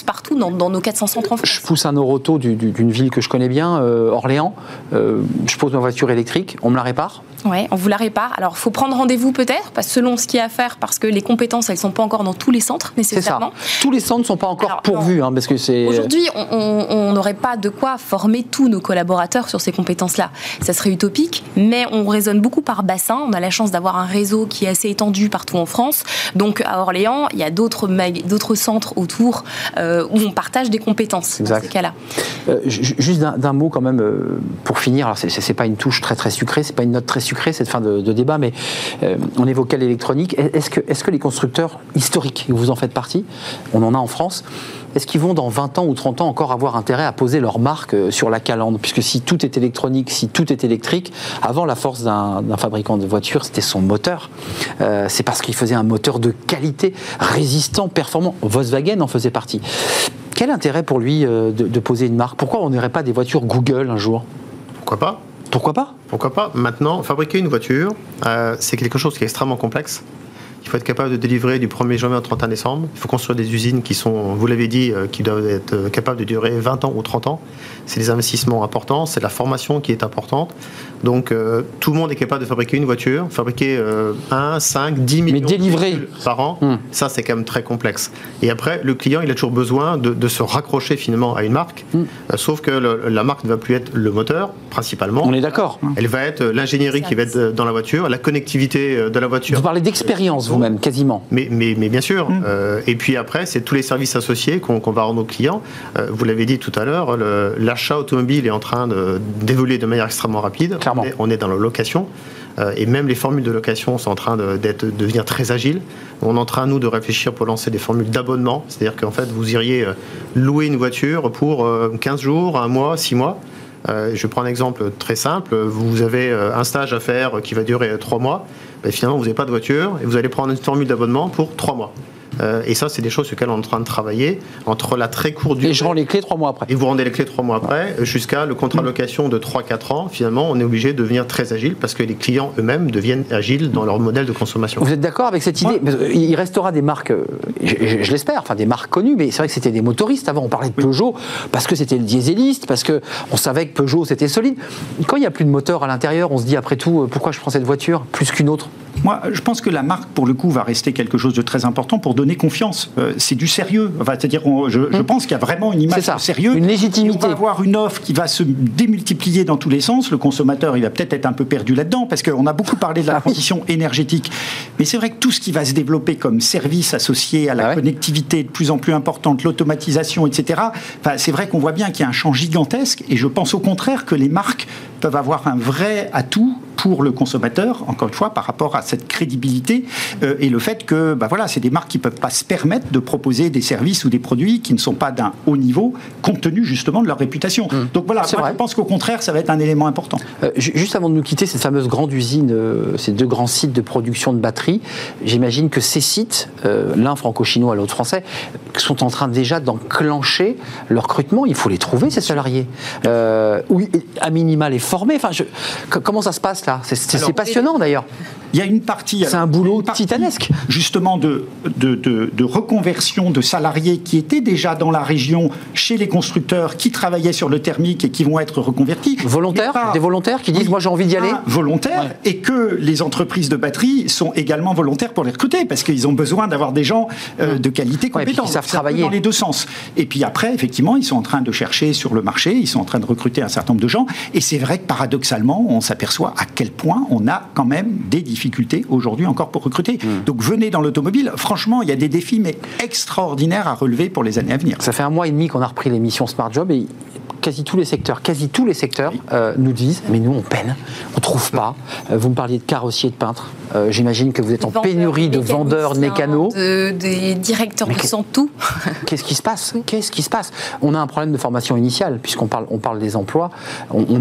partout dans, dans nos quatre cents centres en France. Je pousse un Noroto du, du, d'une ville que je connais bien, euh, Orléans. Euh, je pose ma voiture électrique, on me la répare ? Oui, on vous la répare. Alors, il faut prendre rendez-vous peut-être, parce, selon ce qu'il y a à faire, parce que les compétences, elles ne sont pas encore dans tous les centres, nécessairement. C'est ça. Tous les centres ne sont pas encore Alors, pourvus, hein, parce que c'est... Aujourd'hui, on n'aurait pas de quoi former tous nos collaborateurs sur ces compétences-là. Ça serait utopique, mais on raisonne beaucoup par bassin. On a la chance d'avoir un réseau qui est assez étendu partout en France. Donc, à Orléans, il y a d'autres, mag- d'autres centres autour euh, où on partage des compétences exact. Dans ces cas-là. Euh, juste d'un, d'un mot quand même, euh, pour finir. Alors, c'est, c'est pas une touche très très sucrée, c'est pas une note très sucrée cette fin de, de débat, mais euh, on évoquait l'électronique. Est-ce que, est-ce que les constructeurs historiques, vous en faites partie, on en a en France, est-ce qu'ils vont dans vingt ans ou trente ans encore avoir intérêt à poser leur marque sur la calandre ? Puisque si tout est électronique, si tout est électrique, avant la force d'un, d'un fabricant de voitures, c'était son moteur. Euh, c'est parce qu'il faisait un moteur de qualité, résistant, performant. Volkswagen en faisait partie. Quel intérêt pour lui euh, de, de poser une marque ? Pourquoi on n'aurait pas des voitures Google un jour ? Pourquoi pas ? Pourquoi pas ? Pourquoi pas ? Maintenant, fabriquer une voiture, euh, c'est quelque chose qui est extrêmement complexe. Il faut être capable de délivrer du premier janvier au trente et un décembre. Il faut construire des usines qui sont, vous l'avez dit, euh, qui doivent être capables de durer vingt ans ou trente ans. C'est des investissements importants, c'est de la formation qui est importante. Donc, euh, tout le monde est capable de fabriquer une voiture, fabriquer euh, un, cinq, dix millions Mais délivrer. de véhicules par an. Hum. Ça, c'est quand même très complexe. Et après, le client, il a toujours besoin de, de se raccrocher finalement à une marque. Hum. Euh, sauf que le, la marque ne va plus être le moteur, principalement. On est d'accord. Elle va être l'ingénierie qui va être dans la voiture, la connectivité de la voiture. Vous parlez d'expérience, vous même, quasiment. Mais, mais, mais bien sûr. Mmh. Euh, et puis après, c'est tous les services associés qu'on, qu'on va rendre aux clients. Euh, vous l'avez dit tout à l'heure, le, l'achat automobile est en train de, d'évoluer de manière extrêmement rapide. Clairement. On est, on est dans la location. Euh, et même les formules de location sont en train de, d'être, de devenir très agiles. On est en train, nous, de réfléchir pour lancer des formules d'abonnement. C'est-à-dire qu'en fait, vous iriez louer une voiture pour quinze jours, un mois, six mois. Euh, je prends un exemple très simple. Vous avez un stage à faire qui va durer trois mois. Ben, finalement, vous n'avez pas de voiture et vous allez prendre une formule d'abonnement pour trois mois. Euh, et ça, c'est des choses sur lesquelles on est en train de travailler entre la très courte durée. Et je rends les clés trois mois après. Et vous rendez les clés trois mois après, jusqu'à le contrat de location de trois à quatre ans. Finalement, on est obligé de devenir très agile parce que les clients eux-mêmes deviennent agiles dans leur modèle de consommation. Vous êtes d'accord avec cette idée ? Ouais. Il restera des marques, je, je, je l'espère, enfin des marques connues, mais c'est vrai que c'était des motoristes avant. On parlait de Peugeot parce que c'était le dieseliste, parce qu'on savait que Peugeot c'était solide. Quand il n'y a plus de moteur à l'intérieur, on se dit après tout, pourquoi je prends cette voiture plus qu'une autre ? Moi, je pense que la marque, pour le coup, va rester quelque chose de très important pour donner confiance. Euh, c'est du sérieux. Enfin, c'est-à-dire, on, je, je pense qu'il y a vraiment une image de sérieux. Une légitimité. On va avoir une offre qui va se démultiplier dans tous les sens. Le consommateur, il va peut-être être un peu perdu là-dedans, parce qu'on a beaucoup parlé de la transition énergétique. Mais c'est vrai que tout ce qui va se développer comme service associé à la ah ouais. connectivité de plus en plus importante, l'automatisation, et cetera, enfin, c'est vrai qu'on voit bien qu'il y a un champ gigantesque. Et je pense au contraire que les marques peuvent avoir un vrai atout pour le consommateur, encore une fois, par rapport à cette crédibilité euh, et le fait que bah voilà, c'est des marques qui ne peuvent pas se permettre de proposer des services ou des produits qui ne sont pas d'un haut niveau, compte tenu justement de leur réputation. Mmh. Donc voilà, moi, je pense qu'au contraire, ça va être un élément important. Euh, juste avant de nous quitter, cette fameuse grande usine, euh, ces deux grands sites de production de batteries, j'imagine que ces sites, euh, l'un franco-chinois, l'autre français, sont en train déjà d'enclencher leur recrutement. Il faut les trouver, ces salariés. Euh, oui, à minima, les former. Enfin, je, comment ça se passe là ? C'est, c'est, Alors, c'est passionnant d'ailleurs. Il y a une partie... C'est un boulot titanesque. Justement de, de, de, de reconversion de salariés qui étaient déjà dans la région, chez les constructeurs, qui travaillaient sur le thermique et qui vont être reconvertis. Volontaires pas, Des volontaires qui disent oui, « moi j'ai envie d'y aller ». Volontaires, ouais. Et que les entreprises de batterie sont également volontaires pour les recruter, parce qu'ils ont besoin d'avoir des gens euh, de qualité compétents. Ouais, ils savent travailler. Dans les deux sens. Et puis après, effectivement, ils sont en train de chercher sur le marché, ils sont en train de recruter un certain nombre de gens. Et c'est vrai que paradoxalement, on s'aperçoit à quel point on a quand même des difficultés aujourd'hui encore pour recruter. Mmh. Donc venez dans l'automobile. Franchement, il y a des défis mais extraordinaires à relever pour les années à venir. Ça fait un mois et demi qu'on a repris l'émission Smart Job et quasi tous les secteurs, quasi tous les secteurs oui. euh, nous disent, mais nous on peine, on trouve pas. Euh, vous me parliez de carrossiers, de peintres. Euh, j'imagine que vous êtes en vendeurs, pénurie de vendeurs, de mécanos, de, des directeurs de sang tout. Qu'est-ce qui se passe ? Qu'est-ce qui se passe ? On a un problème de formation initiale puisqu'on parle, on parle des emplois. On, on oriente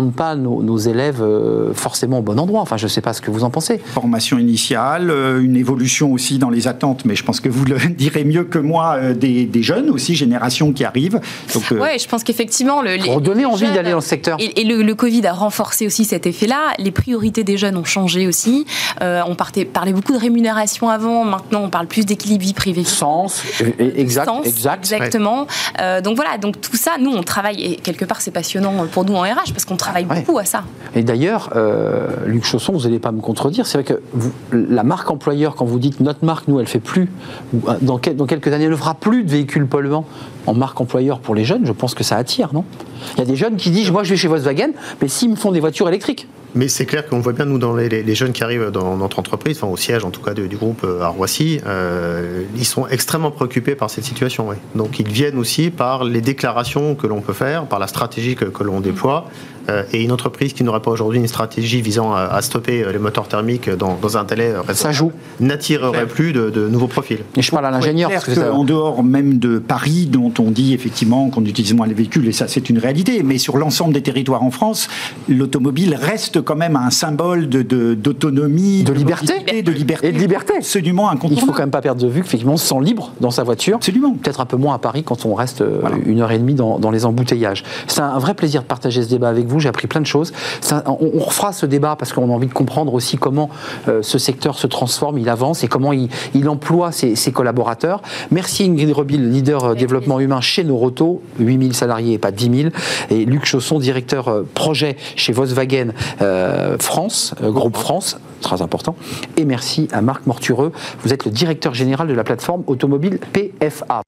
tourne pas nos, nos élèves euh, forcément au bon endroit. Enfin, je ne sais pas ce que vous en pensez. Formation initiale, euh, une évolution aussi dans les attentes, mais je pense que vous le direz mieux que moi, euh, des, des jeunes aussi, générations qui arrivent. Donc, euh, ouais, je pense qu'effectivement... Le, pour donner envie jeunes, d'aller dans le secteur. Et, et le, le Covid a renforcé aussi cet effet-là. Les priorités des jeunes ont changé aussi. Euh, on partait, parlait beaucoup de rémunération avant, maintenant on parle plus d'équilibre vie privée. Sens, exact, Sens, exact. Exactement. Ouais. Euh, donc voilà, donc tout ça, nous on travaille, et quelque part c'est passionnant pour nous en R H, parce qu'on travaille ouais. beaucoup à ça. Et d'ailleurs, euh, Luc Chausson, vous n'allez pas me contredire, c'est vrai que vous, la marque employeur, quand vous dites notre marque, nous, elle fait plus, dans, quel, dans quelques années, elle ne fera plus de véhicules polluants en marque employeur pour les jeunes, je pense que ça attire, non ? Il y a des jeunes qui disent, moi je vais chez Volkswagen, mais s'ils me font des voitures électriques. Mais c'est clair qu'on voit bien, nous, dans les, les jeunes qui arrivent dans notre entreprise, enfin au siège en tout cas du, du groupe à Roissy, euh, ils sont extrêmement préoccupés par cette situation. Ouais. Donc ils viennent aussi par les déclarations que l'on peut faire, par la stratégie que, que l'on déploie. Euh, et une entreprise qui n'aurait pas aujourd'hui une stratégie visant à, à stopper les moteurs thermiques dans, dans un délai ça joue. n'attirerait plus de, de nouveaux profils. Et je parle à l'ingénieur. Parce que ça... En dehors même de Paris, dont on dit effectivement qu'on utilise moins les véhicules, et ça c'est une réalité, mais sur l'ensemble des territoires en France, l'automobile reste quand même un symbole de, de, d'autonomie, de, de liberté, mobilité, de liberté, et de liberté. Absolument incontournable. Il ne faut quand même pas perdre de vue qu'effectivement on se sent libre dans sa voiture. Absolument. Peut-être un peu moins à Paris quand on reste voilà. une heure et demie dans, dans les embouteillages. C'est un vrai plaisir de partager ce débat avec vous. J'ai appris plein de choses. Ça, on, on refera ce débat parce qu'on a envie de comprendre aussi comment euh, ce secteur se transforme, il avance et comment il, il emploie ses, ses collaborateurs. Merci Ingrid Rebil, leader euh, développement humain chez Noroto, huit mille salariés et pas dix mille. Et Luc Chausson, directeur euh, projet chez Volkswagen euh, France, euh, groupe France, très important. Et merci à Marc Mortureux, vous êtes le directeur général de la plateforme automobile P F A.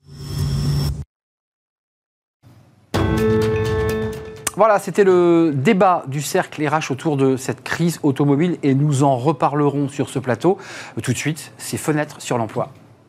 Voilà, c'était le débat du cercle R H autour de cette crise automobile et nous en reparlerons sur ce plateau. Tout de suite, c'est Fenêtres sur l'emploi.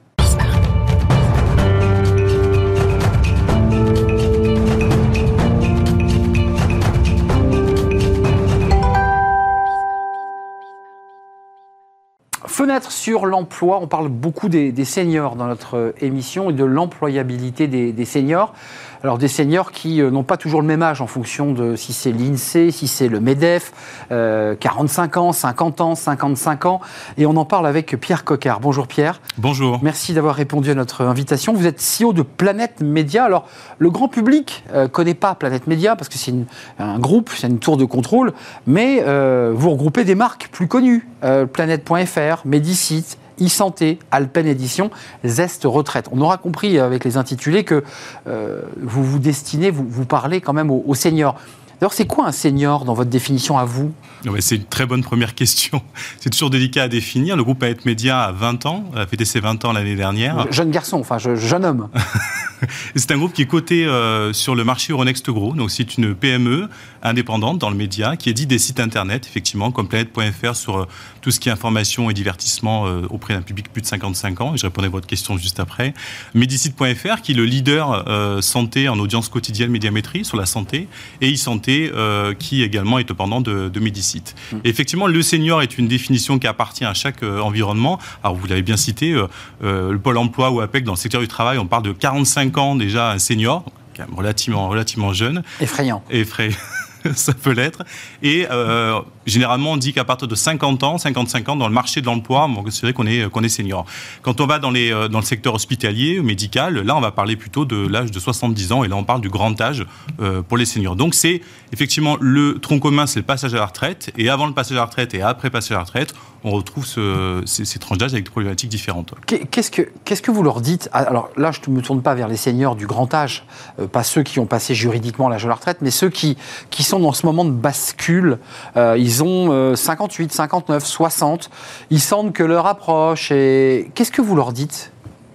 Fenêtre sur l'emploi, on parle beaucoup des, des seniors dans notre émission et de l'employabilité des, des seniors. Alors des seniors qui euh, n'ont pas toujours le même âge en fonction de si c'est l'INSEE, si c'est le MEDEF, euh, quarante-cinq ans, cinquante ans, cinquante-cinq ans. Et on en parle avec Pierre Coquart. Bonjour Pierre. Bonjour. Merci d'avoir répondu à notre invitation. Vous êtes C E O de Planète Média. Alors le grand public ne euh, connaît pas Planète Média parce que c'est une, un groupe, c'est une tour de contrôle, mais euh, vous regroupez des marques plus connues. Euh, Planète point F R, Medicite, e-santé, Alpen Édition, Zest Retraite. On aura compris avec les intitulés que euh, vous vous destinez, vous, vous parlez quand même aux, aux seniors. D'ailleurs, c'est quoi un senior dans votre définition à vous ? C'est une très bonne première question. C'est toujours délicat à définir. Le groupe Planète Média a vingt ans, a fêté ses vingt ans l'année dernière. Jeune garçon, enfin je, jeune homme. C'est un groupe qui est coté euh, sur le marché Euronext Gros. Donc c'est une P M E indépendante dans le média qui édite des sites internet, effectivement, comme Planète point F R sur euh, tout ce qui est information et divertissement euh, auprès d'un public plus de cinquante-cinq ans. Et je répondrai à votre question juste après. Medicite point F R qui est le leader euh, santé en audience quotidienne médiamétrie sur la santé et e-santé euh, qui également est dépendant de, de Medicite. Mmh. Et effectivement, le senior est une définition qui appartient à chaque euh, environnement. Alors vous l'avez bien cité, euh, euh, le Pôle emploi ou A P E C dans le secteur du travail, on parle de quarante-cinq ans déjà un senior, quand même relativement, relativement jeune. Effrayant. Effrayant. Ça peut l'être. Et euh, généralement, on dit qu'à partir de cinquante ans, cinquante-cinq ans, dans le marché de l'emploi, on considère qu'on est, qu'on est senior. Quand on va dans, les, dans le secteur hospitalier, médical, là, on va parler plutôt de l'âge de soixante-dix ans. Et là, on parle du grand âge euh, pour les seniors. Donc, c'est effectivement le tronc commun, c'est le passage à la retraite. Et avant le passage à la retraite et après le passage à la retraite, on retrouve ce, ces, ces tranches d'âge avec des problématiques différentes. Qu'est-ce que, qu'est-ce que vous leur dites ? Alors là, je ne me tourne pas vers les seniors du grand âge, euh, pas ceux qui ont passé juridiquement l'âge de la retraite, mais ceux qui, qui sont dans ce moment de bascule. Euh, ils ont euh, cinquante-huit, cinquante-neuf, soixante. Ils sentent que l'heure approche. Et qu'est-ce que vous leur dites ?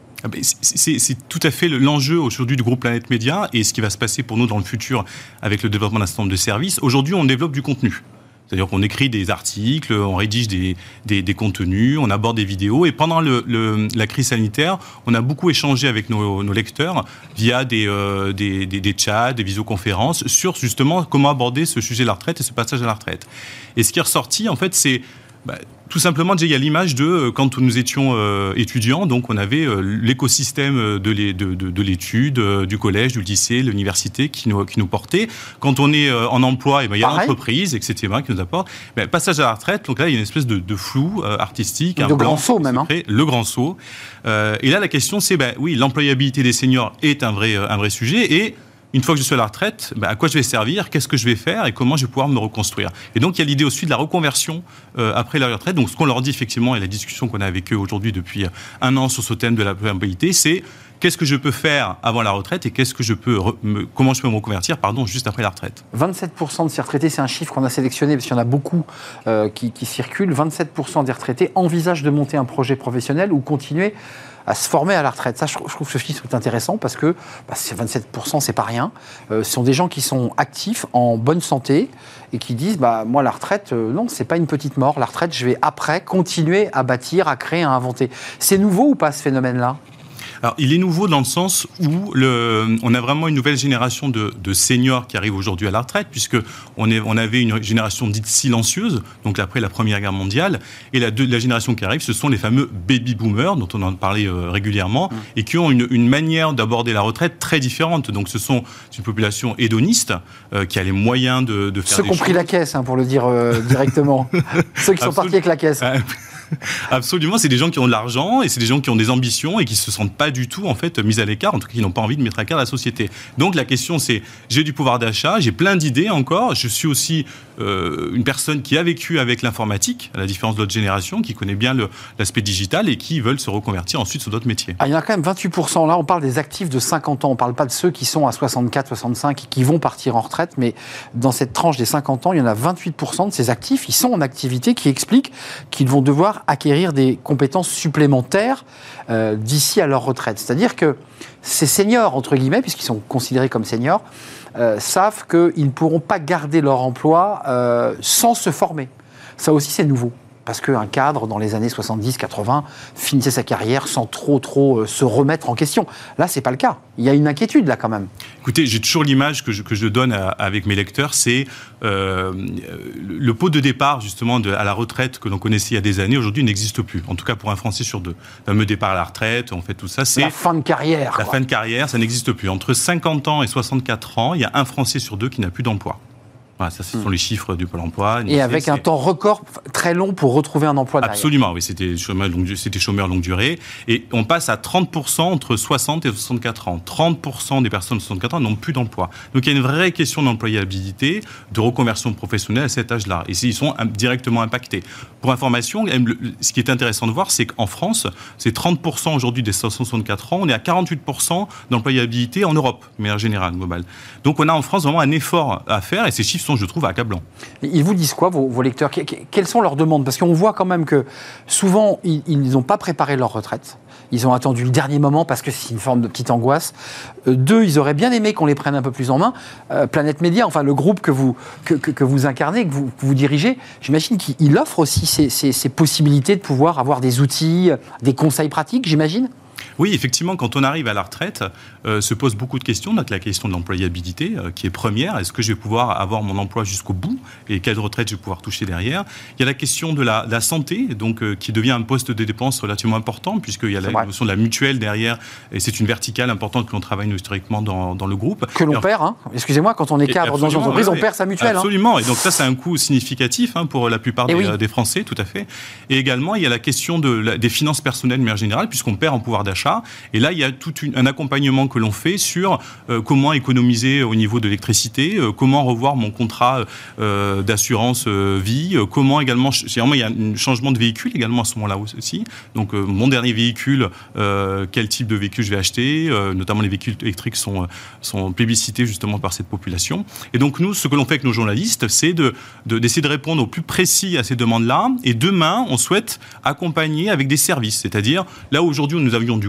C'est, c'est tout à fait l'enjeu aujourd'hui du groupe Planète Média et ce qui va se passer pour nous dans le futur avec le développement d'un certain nombre de services. Aujourd'hui, on développe du contenu. C'est-à-dire qu'on écrit des articles, on rédige des, des, des contenus, on aborde des vidéos. Et pendant le, le, la crise sanitaire, on a beaucoup échangé avec nos, nos lecteurs via des, euh, des, des, des chats, des visioconférences sur justement comment aborder ce sujet de la retraite et ce passage à la retraite. Et ce qui est ressorti, en fait, c'est... Bah, Tout simplement, déjà, il y a l'image de quand nous étions euh, étudiants, donc on avait euh, l'écosystème de, les, de, de, de l'étude, euh, du collège, du lycée, l'université qui nous, qui nous portait. Quand on est euh, en emploi, eh ben, il y a Pareil. l'entreprise, et cetera, qui nous apporte. Ben, passage à la retraite, donc là, il y a une espèce de, de flou euh, artistique. Le grand saut, même. Hein. Le grand saut. Euh, et là, la question, c'est, ben, oui, l'employabilité des seniors est un vrai, un vrai sujet. Et une fois que je suis à la retraite, ben, à quoi je vais servir, qu'est-ce que je vais faire et comment je vais pouvoir me reconstruire. Et donc, il y a l'idée aussi de la reconversion euh, après la retraite. Donc, ce qu'on leur dit effectivement, et la discussion qu'on a avec eux aujourd'hui depuis un an sur ce thème de la employabilité, c'est qu'est-ce que je peux faire avant la retraite et qu'est-ce que je peux re- me, comment je peux me reconvertir pardon, juste après la retraite. vingt-sept pour cent de ces retraités, c'est un chiffre qu'on a sélectionné parce qu'il y en a beaucoup euh, qui, qui circulent. vingt-sept pour cent des retraités envisagent de monter un projet professionnel ou continuer à se former à la retraite. Ça, je trouve que ce chiffre est intéressant parce que bah, c'est vingt-sept pour cent, c'est pas rien. Euh, ce sont des gens qui sont actifs, en bonne santé et qui disent bah, moi, la retraite, euh, non, c'est pas une petite mort. La retraite, je vais après continuer à bâtir, à créer, à inventer. C'est nouveau ou pas ce phénomène-là ? Alors, il est nouveau dans le sens où le, on a vraiment une nouvelle génération de, de seniors qui arrivent aujourd'hui à la retraite, puisque on, est, on avait une génération dite silencieuse, donc après la Première Guerre mondiale, et la, de, la génération qui arrive, ce sont les fameux baby-boomers, dont on en parlait euh, régulièrement, mmh. et qui ont une, une manière d'aborder la retraite très différente. Donc, ce sont une population hédoniste, euh, qui a les moyens de, de faire Ceux des qui ont pris la caisse, hein, pour le dire euh, directement. Ceux qui sont partis avec la caisse. Absolument, c'est des gens qui ont de l'argent et c'est des gens qui ont des ambitions et qui se sentent pas du tout en fait mis à l'écart, en tout cas qui n'ont pas envie de mettre à l'écart la société. Donc la question c'est, j'ai du pouvoir d'achat, j'ai plein d'idées encore, je suis aussi euh, une personne qui a vécu avec l'informatique, à la différence d'autres générations, qui connaît bien le, l'aspect digital et qui veulent se reconvertir ensuite sur d'autres métiers. Ah, il y en a quand même vingt-huit pour cent, là on parle des actifs de cinquante ans, on parle pas de ceux qui sont à soixante-quatre, soixante-cinq et qui vont partir en retraite, mais dans cette tranche des cinquante ans, il y en a vingt-huit pour cent de ces actifs, ils sont en activité, qui expliquent qu'ils vont devoir acquérir des compétences supplémentaires euh, d'ici à leur retraite. C'est-à-dire que ces seniors, entre guillemets, puisqu'ils sont considérés comme seniors, euh, savent qu'ils ne pourront pas garder leur emploi euh, sans se former. Ça aussi, c'est nouveau. Parce qu'un cadre, dans les années soixante-dix quatre-vingts, finissait sa carrière sans trop, trop euh, se remettre en question. Là, c'est pas le cas. Il y a une inquiétude, là, quand même. Écoutez, j'ai toujours l'image que je, que je donne à, avec mes lecteurs, c'est euh, le pot de départ, justement, de, à la retraite que l'on connaissait il y a des années, aujourd'hui, n'existe plus. En tout cas, pour un Français sur deux. Le fameux départ à la retraite, on fait tout ça, c'est... La fin de carrière. La quoi. fin de carrière, ça n'existe plus. Entre cinquante ans et soixante-quatre ans, il y a un Français sur deux qui n'a plus d'emploi. Voilà, ça, ce sont les chiffres du Pôle emploi. Et avec c'est... un temps record très long pour retrouver un emploi derrière. Absolument, oui, c'était chômeur, longue, c'était chômeur longue durée. Et on passe à trente pour cent entre soixante et soixante-quatre ans. trente pour cent des personnes de soixante-quatre ans n'ont plus d'emploi. Donc il y a une vraie question d'employabilité, de reconversion professionnelle à cet âge-là. Et ils sont directement impactés. Pour information, ce qui est intéressant de voir, c'est qu'en France, c'est trente pour cent aujourd'hui des soixante-quatre ans. On est à quarante-huit pour cent d'employabilité en Europe, de manière générale, globale. Donc on a en France vraiment un effort à faire et ces chiffres sont, je trouve, accablants. Ils vous disent quoi, vos, vos lecteurs ? Quelles sont leurs demandes ? Parce qu'on voit quand même que souvent, ils n'ont pas préparé leur retraite. Ils ont attendu le dernier moment parce que c'est une forme de petite angoisse. Euh, deux, ils auraient bien aimé qu'on les prenne un peu plus en main. Euh, Planète Média, enfin le groupe que vous, que, que, que vous incarnez, que vous, que vous dirigez, j'imagine qu'il offre aussi ces, ces, ces possibilités de pouvoir avoir des outils, des conseils pratiques, j'imagine ? Oui, effectivement, quand on arrive à la retraite, euh, se pose beaucoup de questions. Donc la question de l'employabilité, euh, qui est première. Est-ce que je vais pouvoir avoir mon emploi jusqu'au bout ? Et quelle retraite je vais pouvoir toucher derrière ? Il y a la question de la, de la santé, donc, euh, qui devient un poste de dépense relativement important, puisqu'il y a la notion de la mutuelle derrière. Et c'est une verticale importante que l'on travaille nous, historiquement dans, dans le groupe. Que l'on Alors, perd, hein. Excusez-moi, quand on est cadre dans une entreprise, oui, on perd sa mutuelle. Absolument. Hein. Et donc ça, c'est un coût significatif hein, pour la plupart des, oui. euh, des Français, tout à fait. Et également, il y a la question de la, des finances personnelles, de manière générale, puisqu'on perd en pouvoir d'achat. Et là, il y a tout une, un accompagnement que l'on fait sur euh, comment économiser au niveau de l'électricité, euh, comment revoir mon contrat euh, d'assurance euh, vie, euh, comment également, généralement, il y a un changement de véhicule également à ce moment-là aussi. Donc, euh, mon dernier véhicule, euh, quel type de véhicule je vais acheter, euh, notamment les véhicules électriques sont, sont plébiscités justement par cette population. Et donc, nous, ce que l'on fait avec nos journalistes, c'est de, de, d'essayer de répondre au plus précis à ces demandes-là. Et demain, on souhaite accompagner avec des services, c'est-à-dire là où aujourd'hui nous avions du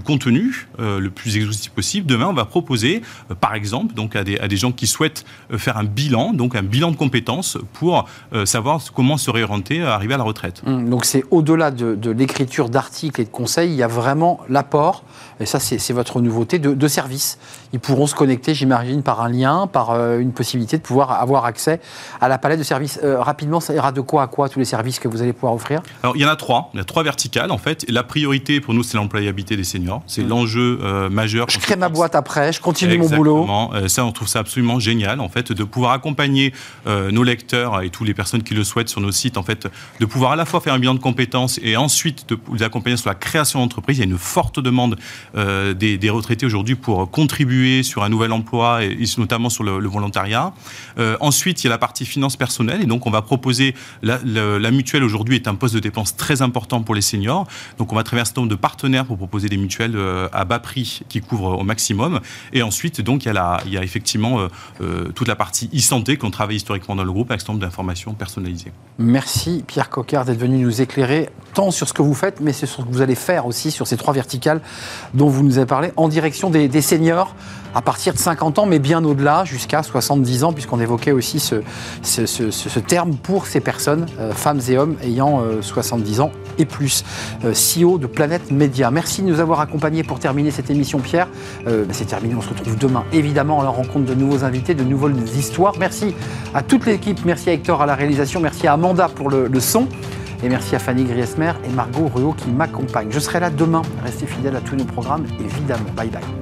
contenu euh, le plus exhaustif possible. Demain, on va proposer, euh, par exemple, donc à des, à des gens qui souhaitent euh, faire un bilan, donc un bilan de compétences pour euh, savoir comment se réorienter, euh, arriver à la retraite. Mmh, donc c'est au-delà de, de l'écriture d'articles et de conseils, il y a vraiment l'apport, et ça c'est, c'est votre nouveauté, de, de services. Ils pourront se connecter, j'imagine, par un lien, par euh, une possibilité de pouvoir avoir accès à la palette de services. Euh, rapidement, ça ira de quoi à quoi tous les services que vous allez pouvoir offrir ? Alors il y en a trois, il y a trois verticales en fait. Et la priorité pour nous, c'est l'employabilité des seniors, c'est mmh. l'enjeu euh, majeur. Je crée ma boîte après, je continue Exactement. mon boulot. Euh, ça, on trouve ça absolument génial en fait, de pouvoir accompagner euh, nos lecteurs et toutes les personnes qui le souhaitent sur nos sites, en fait, de pouvoir à la fois faire un bilan de compétences et ensuite de vous accompagner sur la création d'entreprise. Il y a une forte demande euh, des, des retraités aujourd'hui pour contribuer sur un nouvel emploi et, et notamment sur le, le volontariat. Euh, ensuite, il y a la partie finance personnelle et donc on va proposer la, la, la mutuelle aujourd'hui est un poste de dépense très important pour les seniors. Donc on va traverser un certain nombre de partenaires pour proposer des mutuelles euh, à bas prix qui couvrent au maximum. Et ensuite, donc il y a, la, il y a effectivement euh, euh, toute la partie e-santé qu'on travaille historiquement dans le groupe avec un certain nombre d'informations personnalisées. Merci Pierre Coquart d'être venu nous éclairer tant sur ce que vous faites, mais sur ce que vous allez faire aussi sur ces trois verticales dont vous nous avez parlé en direction des, des seniors à partir de cinquante ans, mais bien au-delà, jusqu'à soixante-dix ans, puisqu'on évoquait aussi ce, ce, ce, ce terme pour ces personnes, euh, femmes et hommes ayant euh, soixante-dix ans et plus. Euh, C E O de Planète Média. Merci de nous avoir accompagnés pour terminer cette émission, Pierre. Euh, bah c'est terminé, on se retrouve demain, évidemment, à la rencontre de nouveaux invités, de nouvelles histoires. Merci à toute l'équipe, merci à Hector à la réalisation, merci à Amanda pour le, le son. Et merci à Fanny Griesmer et Margot Ruot qui m'accompagnent. Je serai là demain. Restez fidèles à tous nos programmes, évidemment. Bye bye.